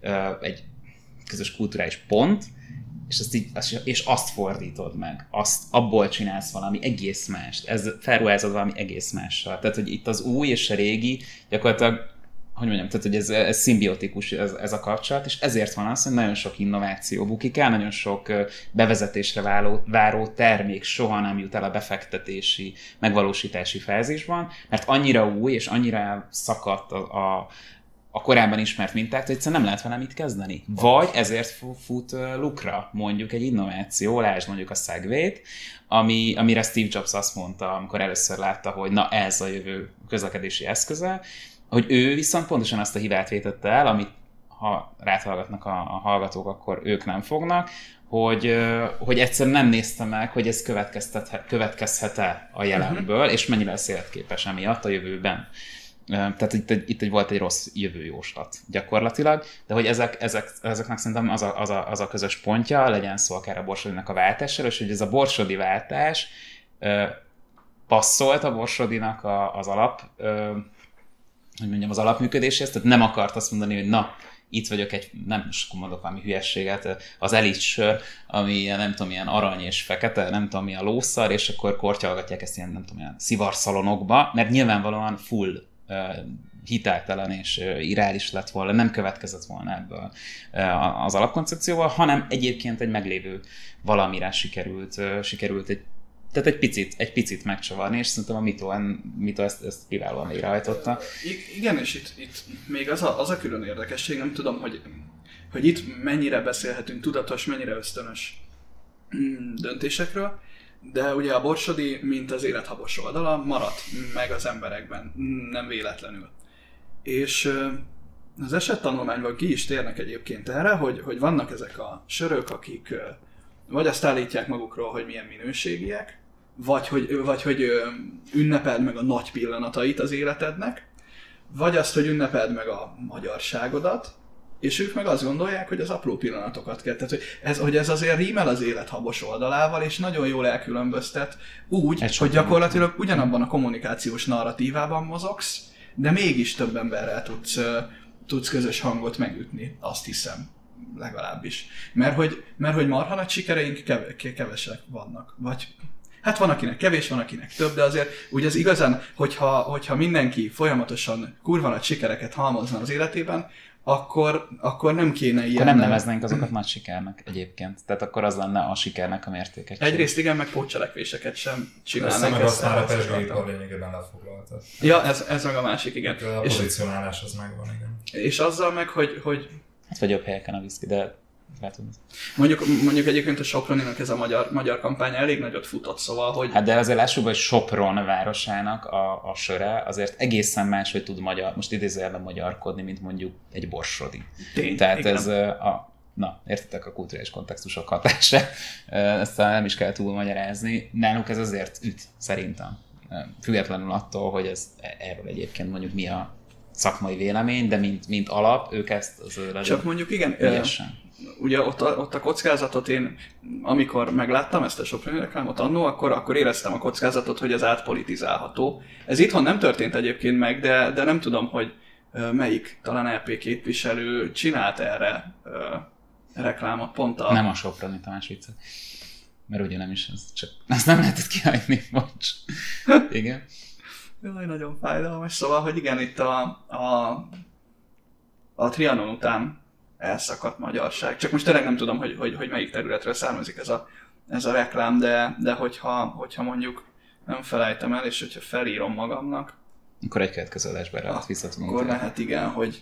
egy közös kulturális pont, és azt, így, és azt fordítod meg, azt, abból csinálsz valami egész mást, ez felruházod valami egész mással. Tehát, hogy itt az új és a régi, gyakorlatilag, hogy mondjam, tehát, hogy ez, ez szimbiotikus ez, ez a kapcsolat, és ezért van az, hogy nagyon sok innováció bukik el, nagyon sok bevezetésre váró, váró termék soha nem jut el a befektetési, megvalósítási fázisban, mert annyira új, és annyira szakadt a, a a korábban ismert minták, hogy egyszerűen nem lehet vele mit kezdeni. Vagy ezért fut lukra mondjuk egy innováció, lásd mondjuk a Segway-t, ami, amire Steve Jobs azt mondta, amikor először látta, hogy na ez a jövő közlekedési eszköze, hogy ő viszont pontosan azt a hibát vétette el, amit ha ráthallgatnak a, a hallgatók, akkor ők nem fognak, hogy, hogy egyszerűen nem nézte meg, hogy ez következhet-e a jelenből, és mennyire lesz életképes emiatt a jövőben. Tehát itt, egy, itt egy, volt egy rossz jövőjóslat gyakorlatilag, de hogy ezek, ezek, ezeknek szerintem az a, az, a, az a közös pontja, legyen szó akár a Borsodinak a váltásáról, és hogy ez a borsodi váltás ö, passzolt a Borsodinak a, az alap, ö, hogy mondjam, az alapműködéshez, tehát nem akart azt mondani, hogy na, itt vagyok egy, nem is mondok valami hülyességet, az elit sör, ami nem tudom, ilyen arany és fekete, nem tudom, milyen lószar, és akkor kortyolgatják ezt ilyen, nem tudom, ilyen szivarszalonokba, mert nyilvánvalóan full hiteltelen és irreális lett volna, nem következett volna ebből az alapkoncepcióval, hanem egyébként egy meglévő valamire sikerült, sikerült egy, tehát egy picit, egy picit megcsavarni, és szerintem a Mito, Mito ezt, ezt kiválóan végrehajtotta. I- igen, és itt, itt még az a, az a külön érdekesség, nem tudom, hogy, hogy itt mennyire beszélhetünk tudatos, mennyire ösztönös döntésekről, de ugye a borsodi, mint az élethabos oldala, maradt meg az emberekben, nem véletlenül. És az esettanulmányban ki is térnek egyébként erre, hogy, hogy vannak ezek a sörök, akik vagy azt állítják magukról, hogy milyen minőségiek, vagy hogy, vagy hogy ünnepeld meg a nagy pillanatait az életednek, vagy azt, hogy ünnepeld meg a magyarságodat, és ők meg azt gondolják, hogy az apró pillanatokat kell. Tehát, hogy ez, hogy ez azért rímel az élet habos oldalával, és nagyon jól elkülönböztet úgy, egy hogy gyakorlatilag ugyanabban a kommunikációs narratívában mozogsz, de mégis több emberrel tudsz, tudsz közös hangot megütni, azt hiszem, legalábbis. Mert hogy, mert hogy marha nagy sikereink kevesek vannak. Vagy hát van, akinek kevés, van, akinek több, de azért úgy az igazán, hogyha, hogyha mindenki folyamatosan kurva nagy sikereket halmozna az életében, akkor, akkor nem kéne ilyen... Akkor nem neveznénk azokat nagy sikernek egyébként. Tehát akkor az lenne a sikernek a mértéke. Egyrészt igen, meg pótcselekvéseket sem csinálnak. Össze meg azt már a pesgőipar lényegében lefoglalta. Ja, ez, ez meg a másik, igen. A pozícionálás az megvan, igen. És azzal meg, hogy... hogy... Hát vagy jobb helyeken a viszki, de... Mondjuk, mondjuk egyébként a Soproninak ez a magyar, magyar kampány elég nagyot futott, szóval, hogy... Hát de azért lássuk, hogy Sopron városának a, a söre azért egészen más, hogy tud magyar, most idézőjelben magyarkodni, mint mondjuk egy borsodi. Tény, Tehát igen. ez a... Na, értitek a kulturális kontextusok hatása. Ezt nem is kell túl magyarázni. Náluk ez azért üt, szerintem. Függetlenül attól, hogy ez erről egyébként mondjuk mi a szakmai vélemény, de mint, mint alap, ők ezt azért... Csak mondjuk igen, ügyesen. Ugye ott a, ott a kockázatot én, amikor megláttam ezt a Soproni reklámot annó, akkor, akkor éreztem a kockázatot, hogy ez átpolitizálható. Ez itthon nem történt egyébként meg, de, de nem tudom, hogy melyik, talán el pé képviselő csinált erre uh, reklámot pont a... Nem a Soproni, Tamás viccet. Mert ugye nem is, ez csak ezt nem lehetett kihagyni, bocs. Igen. Jaj, nagyon fájdalmas. Szóval, hogy igen, itt a, a, a Trianon után elszakadt magyarság. Csak most tényleg nem tudom, hogy, hogy, hogy melyik területről származik ez a, ez a reklám, de, de hogyha, hogyha mondjuk nem felejtem el, és hogyha felírom magamnak, akkor egy következő adásban rá vissza tudunk. Akkor lehet igen, hogy...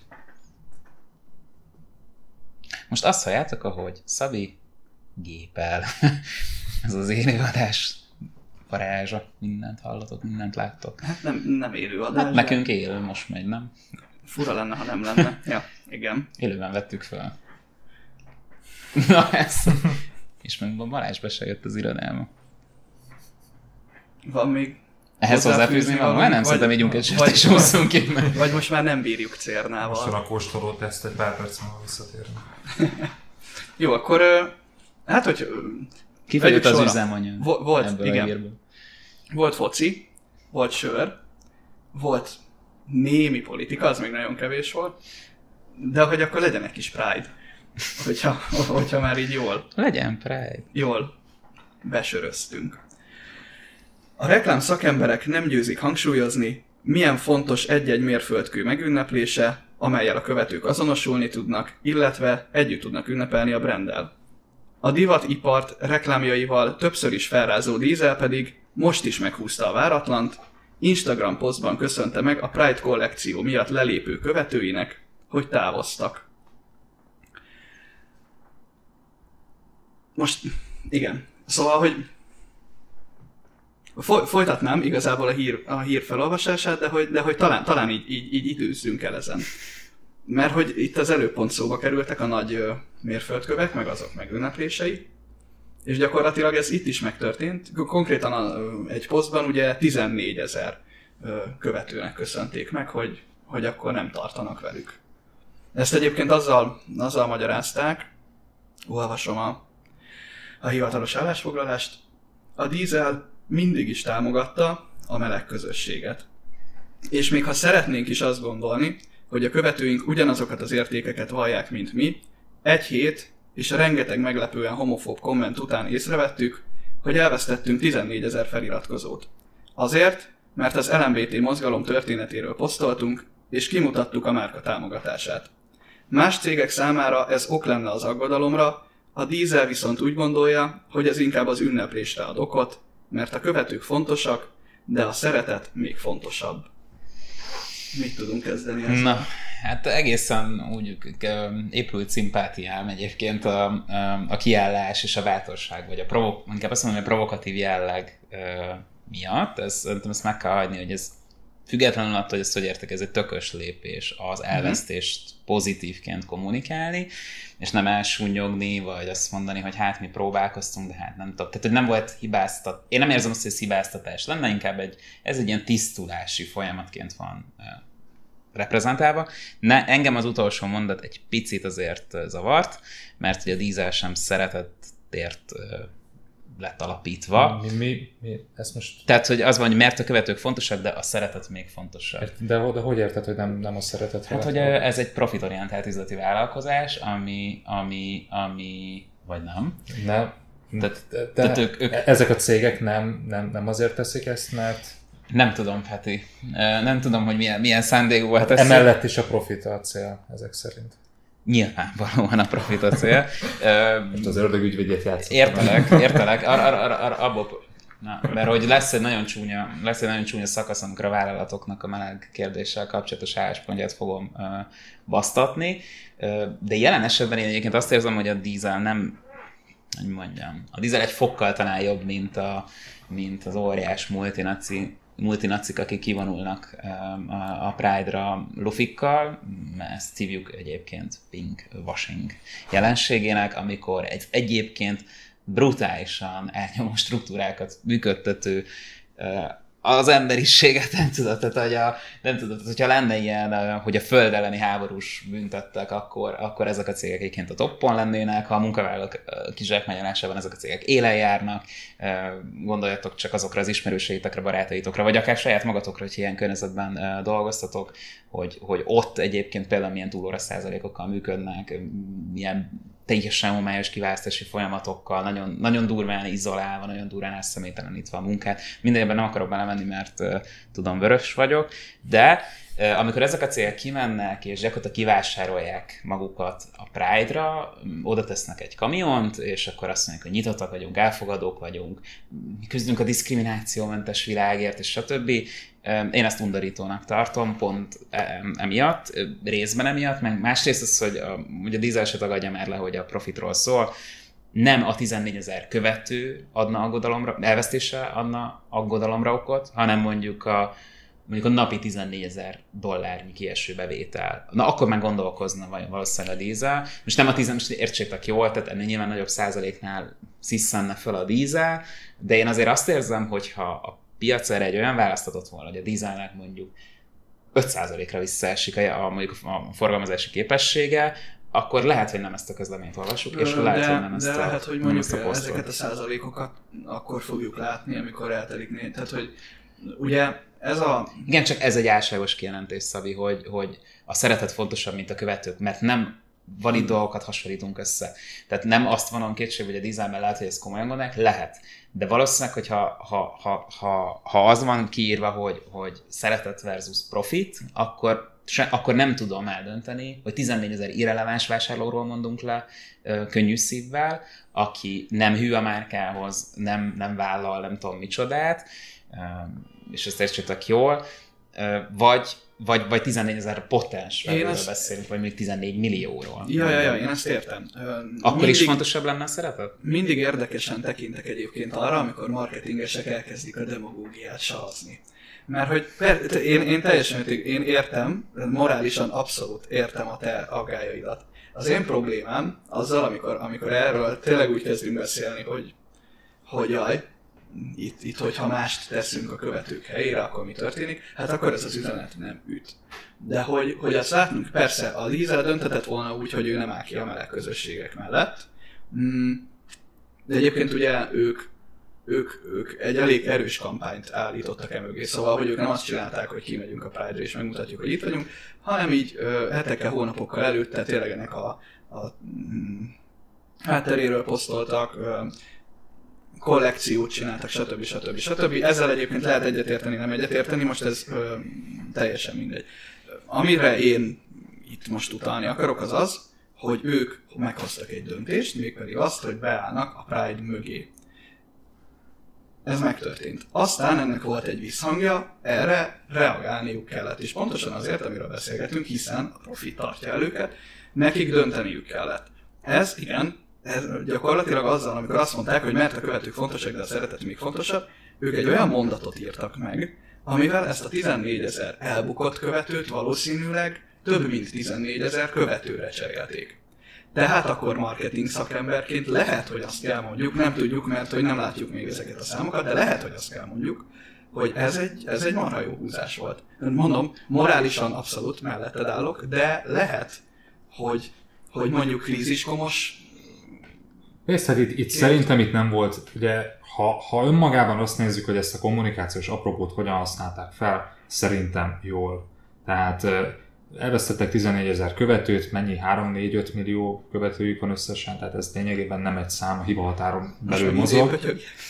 Most azt halljátok, ahogy Szabi gépel. Ez az élőadás varázsa. Mindent hallatok, mindent láttok. Hát nem, nem élőadás. Hát nekünk élő most megy, nem? Fura lenne, ha nem lenne. Ja, igen. Élőben vettük fel. Na ez... És meg Balázsba se jött az irodába. Van még ehhez hozzáfűzni van? Már nem szerintem ígyunk egy sört, és hozzunk ki. Vagy most már nem bírjuk cérnával. Most a kóstoló teszt egy pár perc múlva visszatérni. Jó, akkor hát, hogy... Kifejött az üzemanyag. Volt, igen. Volt foci, volt sör, volt némi politika, az még nagyon kevés volt, de hogy akkor legyen egy kis Pride, hogyha, hogyha már így jól... Legyen Pride. Jól besöröztünk. A reklám szakemberek nem győzik hangsúlyozni, milyen fontos egy-egy mérföldkő megünneplése, amellyel a követők azonosulni tudnak, illetve együtt tudnak ünnepelni a branddel. A divatipart reklámjaival többször is felrázó Diesel pedig most is meghúzta a váratlant, Instagram posztban köszönte meg a Pride kollekció miatt lelépő követőinek, hogy távoztak. Most, igen, szóval, hogy folytatnám igazából a hír, a hír felolvasását, de hogy, de hogy talán, talán így, így, így időzzünk el ezen. Mert hogy itt az előbb pont szóba kerültek a nagy ö, mérföldkövek, meg azok megünneplései, és gyakorlatilag ez itt is megtörtént. Konkrétan a, ö, egy posztban ugye tizennégyezer követőnek köszönték meg, hogy, hogy akkor nem tartanak velük. Ezt egyébként azzal, azzal magyarázták, olvasom a, a hivatalos állásfoglalást, a Diesel mindig is támogatta a meleg közösséget. És még ha szeretnénk is azt gondolni, hogy a követőink ugyanazokat az értékeket vallják, mint mi, egy hét és a rengeteg meglepően homofób komment után észrevettük, hogy elvesztettünk tizennégyezer feliratkozót. Azért, mert az el em bé té mozgalom történetéről posztoltunk, és kimutattuk a márka támogatását. Más cégek számára ez ok lenne az aggodalomra, a Diesel viszont úgy gondolja, hogy ez inkább az ünneplésre ad okot, mert a követők fontosak, de a szeretet még fontosabb. Mit tudunk kezdeni ezzel? Na, hát egészen úgy épült szimpátiám egyébként a, a, a kiállás és a bátorság, vagy a provo- inkább azt mondom, hogy a provokatív jelleg uh, miatt. Ez, szerintem ezt meg kell hagyni, hogy ez függetlenül attól, hogy ezt hogy értek, ez egy tökös lépés az elvesztést pozitívként kommunikálni, és nem elsúnyogni, vagy azt mondani, hogy hát mi próbálkoztunk, de hát nem tudom. Tehát, hogy nem volt hibáztat. Én nem érzem azt, hogy ez hibáztatás lenne, inkább egy, ez egy ilyen tisztulási folyamatként van uh, reprezentálva. Ne, engem az utolsó mondat egy picit azért uh, zavart, mert ugye a Diesel sem szeretettért uh, lett alapítva. Mi, mi, mi? Ezt most... Tehát, hogy az van, hogy mert a követők fontosak, de a szeretet még fontosabb. De, de hogy érted, hogy nem, nem a szeretet? Hát, hogy ez egy profitorientált üzleti vállalkozás, ami, ami, ami vagy nem. Nem. Tehát, de, tehát ők, ők... Ezek a cégek nem, nem, nem azért teszik ezt, mert... Nem tudom, Peti. Nem tudom, hogy milyen, milyen szándékú volt ez. Emellett is a profit a cél, ezek szerint. Nyilvánvalóan a profit a cél. Most az ördög ügyvédjét játszottam. Értelek, értelek. Ar, ar, ar, ar, abból, na, mert hogy lesz egy nagyon csúnya, lesz egy nagyon csúnya szakasz, amikor a vállalatoknak a meleg kérdéssel kapcsolatos álláspontját fogom uh, basztatni. Uh, de jelen esetben én egyébként azt érzem, hogy a Diesel nem, hogy mondjam, a Diesel egy fokkal talán jobb, mint, a, mint az óriás multinaci multinacik, akik kivonulnak a Pride-ra lufikkal, ezt hívjuk egyébként pink washing jelenségének, amikor egy egyébként brutálisan elnyomó struktúrákat működtető az emberiséget nem tudod, tehát, hogy a, nem tudod, hogyha lenne ilyen, hogy a föld elleni háborús büntettek, akkor, akkor ezek a cégek egyébként a toppon lennének, ha a munkavállalók kizsákmányolásában ezek a cégek élen járnak, gondoljatok csak azokra az ismerőségeitekre, barátaitokra, vagy akár saját magatokra, hogy ilyen környezetben dolgoztatok, hogy, hogy ott egyébként például milyen túlóra százalékokkal működnek, milyen teljesen homályos kiválasztási folyamatokkal, nagyon, nagyon durván izolálva, nagyon durván elszemélytelenítve a munkát. Mindenben nem akarok belemenni, mert uh, tudom, vörös vagyok, de uh, amikor ezek a cégek kimennek, és gyakorlatilag kivásárolják magukat a Pride-ra, oda tesznek egy kamiont, és akkor azt mondják, hogy nyitottak vagyunk, elfogadók vagyunk, mi küzdünk a diszkriminációmentes világért, és stb. Én ezt undorítónak tartom, pont emiatt, részben emiatt, meg másrészt az, hogy a, hogy a Diesel se tagadja már le, hogy a profitról szól, nem a tizennégyezer követő adna aggodalomra, elvesztése adna aggodalomra okot, hanem mondjuk a, mondjuk a napi tizennégyezer dollárnyi kieső bevétel. Na akkor már gondolkozna valószínűleg a dízel. Most nem a tíz, most értsétek jól, tehát ennél nyilván nagyobb százaléknál sziszenne fel a dízel, de én azért azt érzem, hogy ha a piac erre egy olyan választatott volna, hogy a dízelnek mondjuk öt százalékra visszaesik a, a, mondjuk a forgalmazási képessége, akkor lehet, hogy nem ezt a közleményt olvasjuk, és de, lehet, hogy nem ezt de a, lehet, hogy mondjuk ezt a ezeket a százalékokat akkor fogjuk látni, amikor eltelik négy. Tehát, hogy ugye ez a... Igen, csak ez egy álságos kijelentés, Szabi, hogy, hogy a szeretet fontosabb, mint a követők, mert nem valid hmm. dolgokat hasonlítunk össze. Tehát nem azt vonom kétségbe, hogy a dízelben lehet, hogy ezt komolyan gondolják, lehet. De valószínűleg, hogy ha, ha, ha, ha, ha az van kiírva, hogy, hogy szeretet versus profit, akkor, se, akkor nem tudom eldönteni, hogy tizennégyezer irreleváns vásárlóról mondunk le könnyű szívvel, aki nem hű a márkához, nem, nem vállal, nem tudom micsodát, és ezt értsétek jól, vagy, vagy, vagy tizennégyezer potens vevőről ezt... beszélünk, vagy még tizennégy millióról. Ja, ja, ja, én ezt értem. Akkor mindig, is fontosabb lenne a szeretet? Mindig érdekesen tekintek egyébként arra, amikor marketingesek elkezdik a demagógiát salazni. Mert hogy per, én, én teljesen én értem, morálisan abszolút értem a te aggályaidat. Az én problémám azzal, amikor, amikor erről tényleg úgy kezdünk beszélni, hogy, hogy jaj, Itt, itt, hogyha mást teszünk a követők helyére, akkor mi történik? Hát akkor ez az üzenet nem üt. De hogy, hogy azt látnunk, persze a Diesel döntetett volna úgy, hogy ő nem áll ki a meleg közösségek mellett. De egyébként ugye ők, ők, ők egy elég erős kampányt állítottak e mögé. Szóval, hogy ők nem azt csinálták, hogy kimegyünk a Pride-ra és megmutatjuk, hogy itt vagyunk, hanem így ö, hetekkel, hónapokkal előtte tényleg ennek a, a mm, hátteréről posztoltak, ö, kollekciót csináltak, stb. stb. stb. Ezzel egyébként lehet egyetérteni, nem egyetérteni, most ez ö, teljesen mindegy. Amire én itt most utalni akarok, az az, hogy ők meghoztak egy döntést, mégpedig azt, hogy beállnak a Pride mögé. Ez megtörtént. Aztán ennek volt egy visszhangja, erre reagálniuk kellett, és pontosan azért, amiről beszélgetünk, hiszen a profit tartja el őket, nekik dönteniük kellett. Ez, igen, ez gyakorlatilag azzal, amikor azt mondták, hogy mert a követők fontosak, de a szeretet még fontosabb, ők egy olyan mondatot írtak meg, amivel ezt a tizennégyezer elbukott követőt valószínűleg több mint tizennégyezer követőre cserélték. Tehát akkor marketing szakemberként lehet, hogy azt kell mondjuk, nem tudjuk, mert hogy nem látjuk még ezeket a számokat, de lehet, hogy azt kell mondjuk, hogy ez egy, ez egy marha jó húzás volt. Mondom, morálisan abszolút melletted állok, de lehet, hogy, hogy mondjuk kríziskomos. Persze, hát itt, itt szerintem itt nem volt, ugye, ha, ha önmagában azt nézzük, hogy ezt a kommunikációs apropót hogyan használták fel, szerintem jól. Tehát elvesztettek tizennégyezer követőt, mennyi három-négy-öt millió követőjük van összesen, tehát ez lényegében nem egy szám, a hibahatáron belül mozog.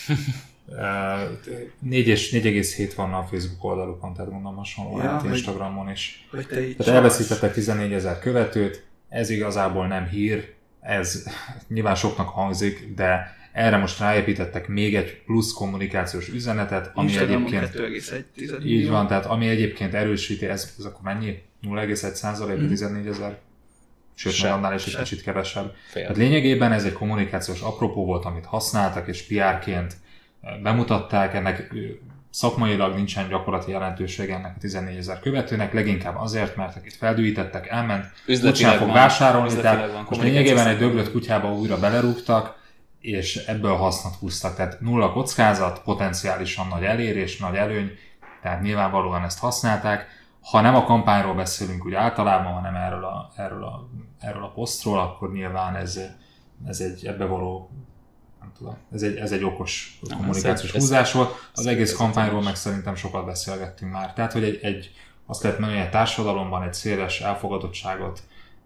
négy egész hét van a Facebook oldalukon, tehát gondolom hasonló, ja, Instagramon is. Tehát elveszítettek tizennégyezer követőt, ez igazából nem hír, ez nyilván soknak hangzik, de erre most ráépítettek még egy plusz kommunikációs üzenetet, ami Instagramon egyébként kettő egész egy így van, tehát ami egyébként erősíti, ez, ez akkor mennyi? nulla egész egy százalék, mm. tizennégyezer? Sőt, meg annál is egy kicsit kevesebb. Tehát lényegében ez egy kommunikációs apropó volt, amit használtak, és pé er-ként bemutatták, ennek szakmailag nincsen gyakorlati jelentősége ennek a tizennégyezer követőnek, leginkább azért, mert akit feldűítettek, elment, úgysem fog vásárolni, tehát most lényegében egy döglött kutyába újra belerúgtak, és ebből hasznot húztak. Tehát nulla kockázat, potenciálisan nagy elérés, nagy előny, tehát nyilvánvalóan ezt használták. Ha nem a kampányról beszélünk úgy általában, hanem erről a, erről a, erről a posztról, akkor nyilván ez, ez egy ebbe való, nem tudom, ez egy, ez egy okos nem, kommunikációs ez, húzás volt. Az egész kampányról meg szerintem sokat beszélgettünk már. Tehát, hogy egy, egy azt lehet mondani, hogy egy társadalomban egy széles elfogadottságot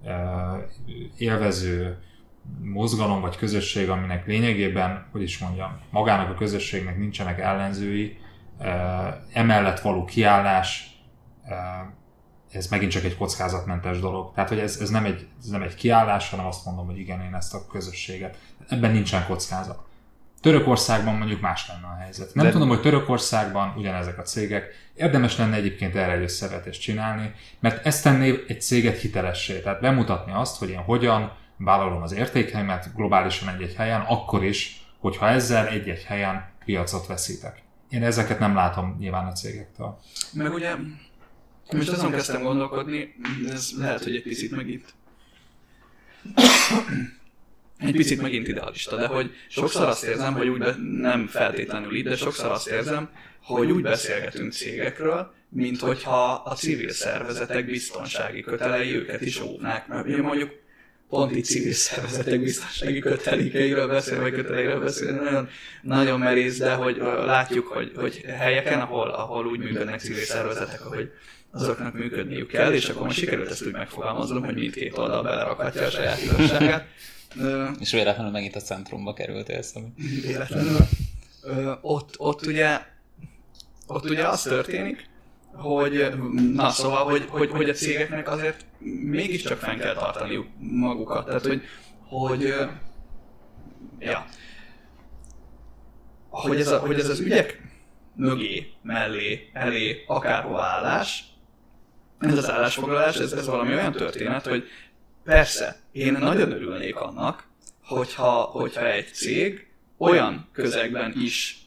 élvező mozgalom vagy közösség, aminek lényegében, hogy is mondjam, magának a közösségnek nincsenek ellenzői, emellett való kiállás, ez megint csak egy kockázatmentes dolog. Tehát, hogy ez, ez, nem egy, ez nem egy kiállás, hanem azt mondom, hogy igen, én ezt a közösséget. Ebben nincsen kockázat. Törökországban mondjuk más lenne a helyzet. Nem De... tudom, hogy Törökországban ugyanezek a cégek, érdemes lenne egyébként erre egy összevetést csinálni, mert ezt tenné egy céget hitelessé. Tehát bemutatni azt, hogy én hogyan vállalom az értékeimet globálisan egy-egy helyen, akkor is, hogyha ezzel egy-egy helyen piacot veszítek. én ezeket nem látom nyilván a cégektől. Meg ugye, most azon kezdtem gondolkodni, ez lehet, hogy egy picit megint egy picit megint idealista, de hogy sokszor azt érzem, hogy úgy be, nem feltétlenül így, de sokszor azt érzem, hogy úgy beszélgetünk cégekről, mint hogyha a civil szervezetek biztonsági kötelei őket is óvnák. Mert mondjuk pont így civil szervezetek biztonsági kötelékeiről beszél, vagy köteleiről beszél, nagyon, nagyon merész, de hogy látjuk, hogy, hogy helyeken, ahol, ahol úgy működnek civil szervezetek, ahogy azoknak működniük kell, és akkor most sikerült ezt úgy megfogalmaznom, hogy mindkét oldal belerakhatja a saját igazságát. És véletlenül megint a centrumba kerültél, szóval. Véletlenül. Ott, ott, ugye, ott ugye az történik, hogy, na szóval, hogy, hogy, hogy a cégeknek azért mégiscsak fenn kell tartaniuk magukat. Tehát, hogy, hogy ja, hogy ez, a, hogy ez az ügyek mögé, mellé, elé, akárhova állás, ez az állásfoglalás, ez, ez valami olyan történet, hogy persze, én nagyon örülnék annak, hogyha, hogyha egy cég olyan közegben is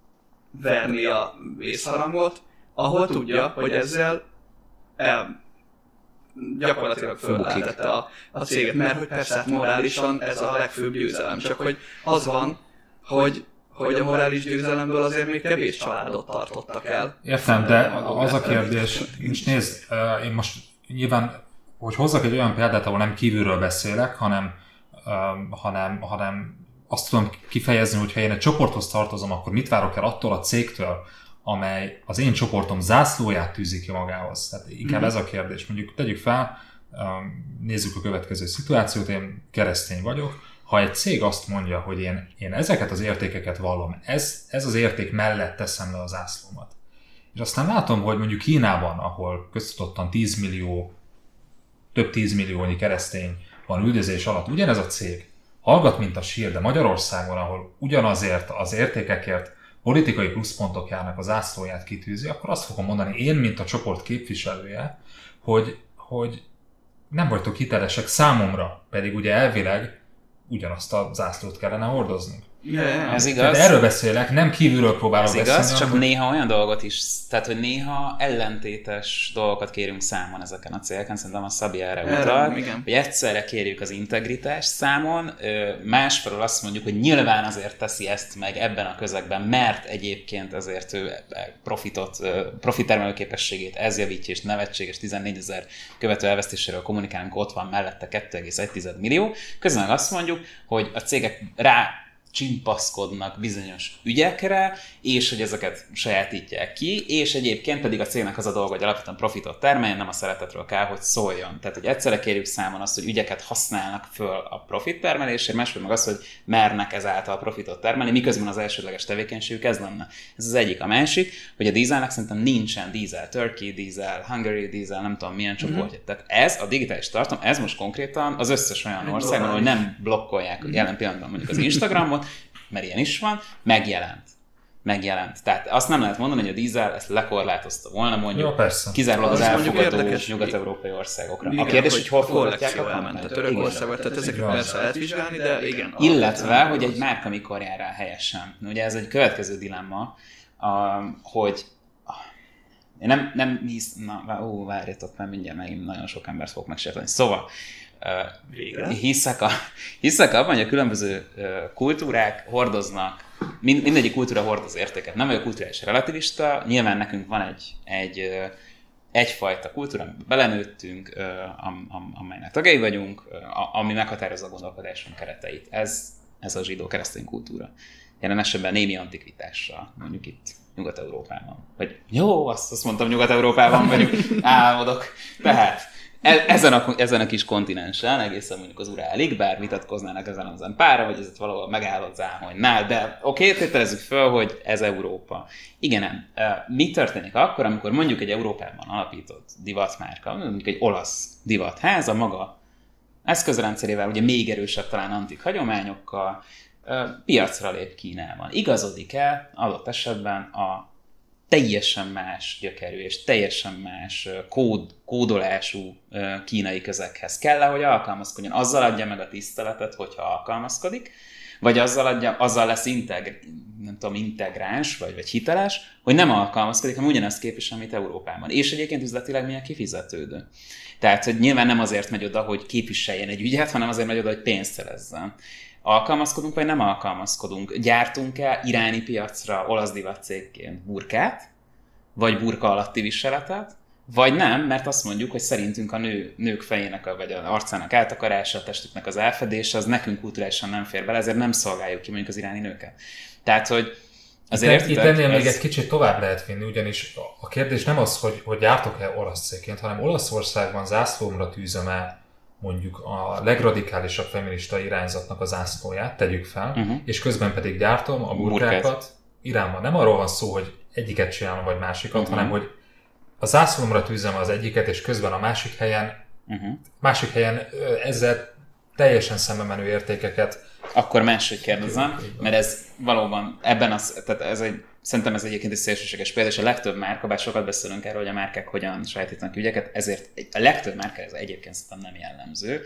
verni a vészharangot, ahol tudja, hogy ezzel el, gyakorlatilag föllehetette a, a céget, mert hogy persze hát morálisan ez a legfőbb győzelem, csak hogy az van, hogy, hogy a morális győzelemből azért még kevés családot tartottak el. Értem, de az a kérdés, és nézd, én most nyilván, hogy hozzak egy olyan példát, ahol nem kívülről beszélek, hanem, hanem, hanem azt tudom kifejezni, hogy ha én egy csoporthoz tartozom, akkor mit várok el attól a cégtől, amely az én csoportom zászlóját tűzi ki magához. Tehát inkább mm-hmm. ez a kérdés. Mondjuk tegyük fel, nézzük a következő szituációt, én keresztény vagyok. Ha egy cég azt mondja, hogy én, én ezeket az értékeket vallom, ez, ez az érték mellett teszem le a zászlómat. És aztán látom, hogy mondjuk Kínában, ahol köztudottan tíz millió, több tízmilliónyi keresztény van üldözés alatt, ugyanez a cég hallgat, mint a sír, de Magyarországon, ahol ugyanazért az értékekért politikai pluszpontok járnak, az zászlóját kitűzi, akkor azt fogom mondani én, mint a csoport képviselője, hogy, hogy nem vagytok hitelesek számomra, pedig ugye elvileg ugyanazt a zászlót kellene hordoznunk. Yeah, ez igaz. De erről beszélek, nem kívülről próbálok ez beszélni. Ez igaz, csak hogy... néha olyan dolgot is, tehát hogy néha ellentétes dolgokat kérünk számon ezeken a célken, szerintem a Szabi erre utal, hogy egyszerre kérjük az integritást számon, másfelől azt mondjuk, hogy nyilván azért teszi ezt meg ebben a közegben, mert egyébként azért ő profitot, profit termelőképességét ez javítja, és nevetséges tizennégyezer követő elvesztéséről kommunikálunk, ott van mellette kettő egész egy millió, közben meg azt mondjuk, hogy a cégek rá csimpaszkodnak bizonyos ügyekre, és hogy ezeket sajátítják ki, és egyébként pedig a cégnek az a dolga, hogy alapvetően profitot termeljen, nem a szeretetről kell, hogy szóljon. Tehát, hogy egyszerre kérjük számon azt, hogy ügyeket használnak föl a profit termelésért, másfél meg azt, hogy mernek ezáltal profitot termelni, miközben az elsődleges tevékenységük ez lenne. Ez az egyik. A másik, hogy a dízelnek szerintem nincsen dízel Turkey, dízel Hungary, dízel nem tudom milyen csoportja. Mm-hmm. Tehát ez a digitális tartalom, ez most konkrétan az összes olyan országban, hogy nem blokkolják mm-hmm. jelen pillanatban mondjuk az Instagramot, mert ilyen is van, megjelent. Megjelent. Tehát azt nem lehet mondani, hogy a dízel ezt lekorlátozta volna mondjuk jó, kizárólag az elfogadó nyugat-európai országokra. Igen, a kérdés, hogy, hogy hol fordítják a elment a Törökországba, tehát ezeket persze lehet vizsgálni, de igen. Illetve, hogy egy márka mikor jár rá helyesen. Ugye ez egy következő dilemma, hogy én nem, nem hisz... Na, ó, várjatok, mert mindjárt megint nagyon sok embert fogok megsérteni. Szóval, Uh, hiszek, a, hiszek abban, hogy a különböző uh, kultúrák hordoznak, mind, mindegyik kultúra hordoz értéket. Nem vagyok kulturális relativista, nyilván nekünk van egy, egy uh, egyfajta kultúra, amiben belenőttünk, uh, am, am, amelynek tagjai vagyunk, uh, ami meghatározza a gondolkodásunk kereteit. Ez, ez a zsidó-keresztény kultúra. Jelen esetben némi antikvitással, mondjuk itt Nyugat-Európában. Vagy jó, azt, azt mondtam, Nyugat-Európában vagyunk, álmodok. Tehát Ezen a, ezen a kis kontinensen, egészen mondjuk az Urálig, bár vitatkoznának ezen az pára, vagy ez itt valahol megállott Záhonynál, de oké, okay, tételezzük föl, hogy ez Európa. Igen, nem. Mi történik akkor, amikor mondjuk egy Európában alapított divatmárka, mondjuk egy olasz divatház, a maga eszközrendszerével, ugye még erősebb talán antik hagyományokkal, piacra lép Kínában. Igazodik-e adott esetben a teljesen más gyökerű és teljesen más kód, kódolású kínai közeghez kell, hogy alkalmazkodjon. Azzal adja meg a tiszteletet, hogyha alkalmazkodik, Vagy azzal, adja, azzal lesz integ, nem tudom, integráns, vagy, vagy hiteles, hogy nem alkalmazkodik, hanem ugyanazt képvisel, amit Európában. És egyébként üzletileg milyen kifizetődő. Tehát, hogy nyilván nem azért megy oda, hogy képviseljen egy ügyet, hanem azért megy oda, hogy pénzt szerezzen. Alkalmazkodunk, vagy nem alkalmazkodunk? Gyártunk-e iráni piacra olasz divatcégként burkát, vagy burka alatti viseletet, vagy nem, mert azt mondjuk, hogy szerintünk a nő, nők fejének, vagy az arcának eltakarása, a testüknek az elfedése, az nekünk kulturálisan nem fér bele, ezért nem szolgáljuk ki mondjuk az iráni nőket. Tehát, hogy azért... Itt ennél ez... még egy kicsit tovább lehet vinni, ugyanis a kérdés nem az, hogy, hogy gyártok-e olasz cégként, hanem Olaszországban zászlómra tűzöm-e mondjuk a legradikálisabb feminista irányzatnak a zászlóját, tegyük fel, uh-huh. és közben pedig gyártom a burkákat Iránban. Nem arról van szó, hogy egyiket csinálom, vagy másikat, uh-huh. hanem hogy a zászlómra tűzöm az egyiket, és közben a másik helyen, uh-huh. másik helyen ezzel teljesen szembe menő értékeket. Akkor máshogy kérdezem, mert ez valóban ebben az, tehát ez egy, szerintem ez egyébként egy szélsőséges példa, és a legtöbb márka, bár sokat beszélünk erről, hogy a márkák hogyan sajátítanak ügyeket, ezért a legtöbb márka ez egyébként szerintem nem jellemző.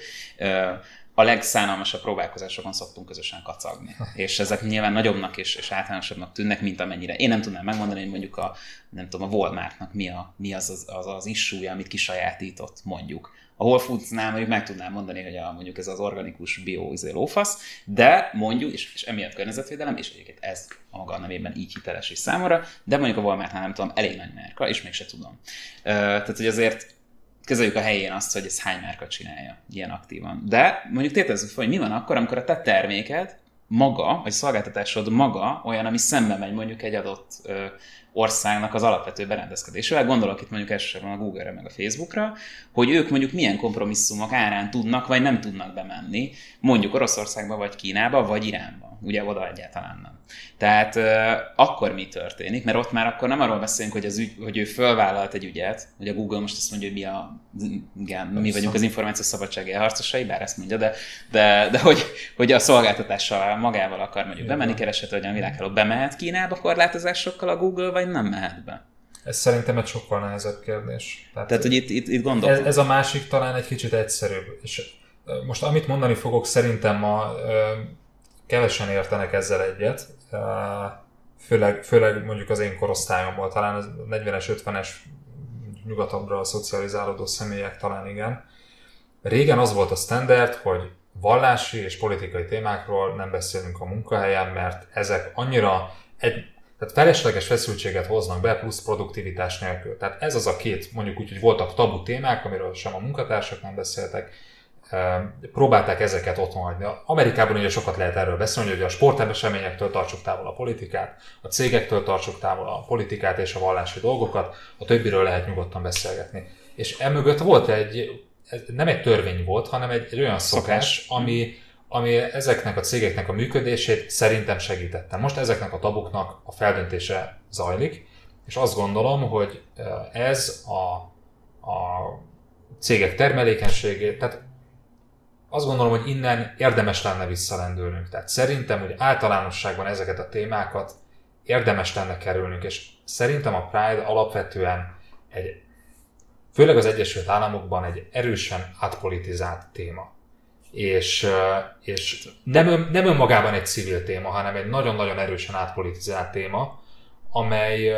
A legszánalmasabb próbálkozásokon szoktunk közösen kacagni. És ezek nyilván nagyobbnak és, és általánosabbnak tűnnek, mint amennyire. Én nem tudnám megmondani, hogy mondjuk a, nem tudom, a Walmartnak mi, a, mi az, az, az, az issue-ja, amit kisajátított, mondjuk. A Whole Foodsnál mondjuk meg tudnám mondani, hogy a, mondjuk ez az organikus bio lófasz, de mondjuk, és, és emiatt környezetvédelem, és egyébként ez a maga nevében így hiteles is számomra, de mondjuk a Walmartnál nem tudom, elég nagy márka, és mégse tudom. Uh, tehát, hogy azért kezeljük a helyén azt, hogy ez hány márka csinálja ilyen aktívan. De mondjuk tételezzük fel, hogy mi van akkor, amikor a te terméked maga, vagy szolgáltatásod maga olyan, ami szembe megy mondjuk egy adott ö, országnak az alapvető berendezkedésével. Gondolok itt mondjuk elsősorban a Google-re meg a Facebookra, hogy ők mondjuk milyen kompromisszumok árán tudnak, vagy nem tudnak bemenni, mondjuk Oroszországba, vagy Kínába, vagy Iránba. Ugye oda egyáltalán nem. Tehát euh, akkor mi történik? Mert ott már akkor nem arról beszélünk, hogy, az ügy, hogy ő fölvállalt egy ügyet, hogy a Google most azt mondja, hogy mi, a, igen, mi vagyunk az információs szabadság elharcosai, bár ezt mondja, de, de, de hogy, hogy a szolgáltatással magával akar mondjuk igen. bemenni, kereshet, hogy a világháló bemehet Kínába korlátozásokkal a Google, vagy nem mehet be? Ez szerintem egy sokkal nehezebb kérdés. Tehát, Tehát hogy itt, itt, itt gondolkodunk. Ez, ez a másik talán egy kicsit egyszerűbb. És most amit mondani fogok, szerintem ma kevesen értenek ezzel egyet, főleg, főleg mondjuk az én korosztályomból, talán a negyvenes, ötvenes nyugatabbra szocializálódó személyek talán igen. Régen az volt a standard, hogy vallási és politikai témákról nem beszélünk a munkahelyen, mert ezek annyira egy, tehát felesleges feszültséget hoznak be plusz produktivitás nélkül. Tehát ez az a két, mondjuk úgy, hogy voltak tabu témák, amiről sem a munkatársak nem beszéltek, próbálták ezeket otthon hagyni. Amerikában ugye sokat lehet erről beszélni, hogy a sporteseményektől tartsuk távol a politikát, a cégektől tartsuk távol a politikát és a vallási dolgokat, a többiről lehet nyugodtan beszélgetni. És emögött volt egy, nem egy törvény volt, hanem egy, egy olyan szokás, ami, ami ezeknek a cégeknek a működését szerintem segítette. Most ezeknek a tabuknak a feldöntése zajlik, és azt gondolom, hogy ez a, a cégek termelékenységét, tehát azt gondolom, hogy innen érdemes lenne visszalendülnünk. Tehát szerintem, hogy általánosságban ezeket a témákat érdemes lenne kerülnünk, és szerintem a Pride alapvetően egy, főleg az Egyesült Államokban egy erősen átpolitizált téma. És, és nem, nem önmagában egy civil téma, hanem egy nagyon-nagyon erősen átpolitizált téma, amely,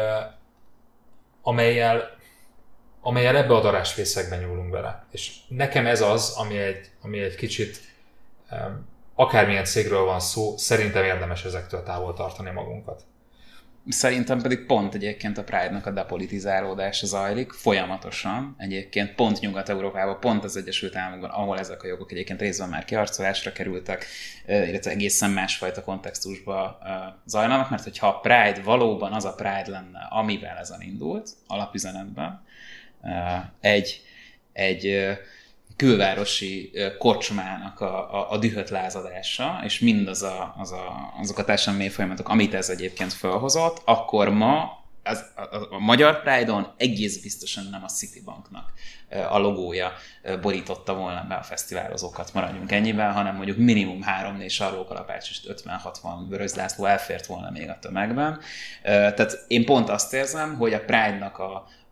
amelyel amellyel ebbe a darásfészekben nyúlunk bele. És nekem ez az, ami egy, ami egy kicsit, akármilyen cégről van szó, szerintem érdemes ezektől távol tartani magunkat. Szerintem pedig pont egyébként a Pride-nak a depolitizálódása zajlik, folyamatosan egyébként pont Nyugat-Európában, pont az Egyesült Államokban, ahol ezek a jogok egyébként részben már kiharcolásra kerültek, illetve egészen másfajta kontextusba zajlanak, mert hogyha a Pride valóban az a Pride lenne, amivel ezen indult, alapüzenetben, egy, egy külvárosi kocsmának a, a, a dühött lázadása, és mindaz a, az a, azok a társadalmi folyamatok, amit ez egyébként felhozott, akkor ma az, a, a, a magyar Pride-on egész biztosan nem a Citibanknak a logója borította volna be a fesztiválozókat, maradjunk ennyiben, hanem mondjuk minimum három-négy sarlókalapács és ötven-hatvan vöröszászló elfért volna még a tömegben. Tehát én pont azt érzem, hogy a Pride-nak a A,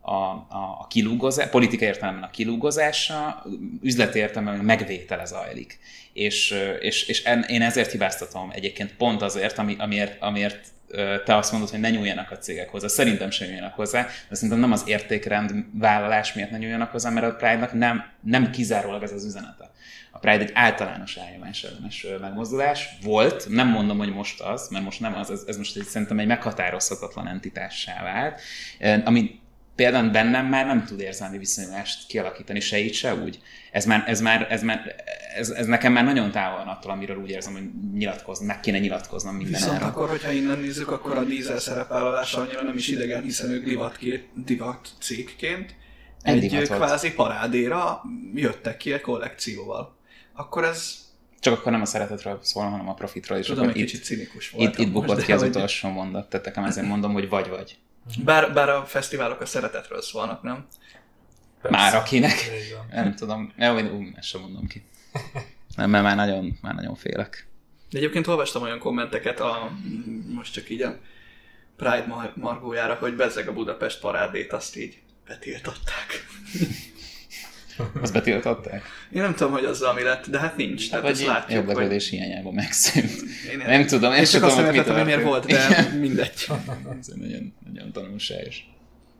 a, a, a kilúgozás, politikai értelemben a kilúgozása, üzleti értelemben a megvétele zajlik. És, és, és en, én ezért hibáztatom egyébként pont azért, ami, amiért, amiért te azt mondod, hogy ne nyúljanak a cégek hozzá. Szerintem sem nyúljanak hozzá, de szerintem nem az értékrend vállalás miatt ne nyúljanak hozzá, mert a Pride-nak nem, nem kizárólag ez az üzenete. A Pride egy általános elnyomás ellenes megmozdulás volt, nem mondom, hogy most az, mert most nem az, ez, ez most egy, szerintem egy meghatározhatatlan entitássá vált, ami például bennem már nem tud érzelmi viszonyulást kialakítani, se így, se úgy. Ez, már, ez, már, ez, már, ez, ez nekem már nagyon távol van attól, amiről úgy érzem, hogy nyilatkoznom, meg kéne nyilatkoznom minden Viszont erre. akkor, hogyha innen nézzük, akkor a Diesel szerepvállalása annyira nem is idegen, hiszen ők divat, divat cégként egy, egy kvázi parádéra jöttek ki egy kollekcióval. Akkor ez... Csak akkor nem a szeretetről szól, hanem a profitról. És tudom, egy itt, kicsit cinikus volt. Itt, itt bukott ki az utolsó mondat, tehát nekem ezért mondom, hogy vagy-vagy. Bár, bár a fesztiválok a szeretetről szólnak, nem? Persze. Már akinek. Nem tudom. Ja, vagy ú, ezt sem mondom ki. Nem, mert már nagyon, már nagyon félek. De egyébként olvastam olyan kommenteket, a, most csak így a Pride margójára, hogy bezzeg a Budapest parádét, azt így betiltották. Azt betiltották? Én nem tudom, hogy azzal mi lett, de hát nincs. Tehát ezt látjuk, érdeklődés hogy... hiányában megszűnt. Én nem tudom, én csak sem azt tudom, nem értettem, hogy miért volt, de igen. Mindegy. Ez nagyon, nagyon tanulságos.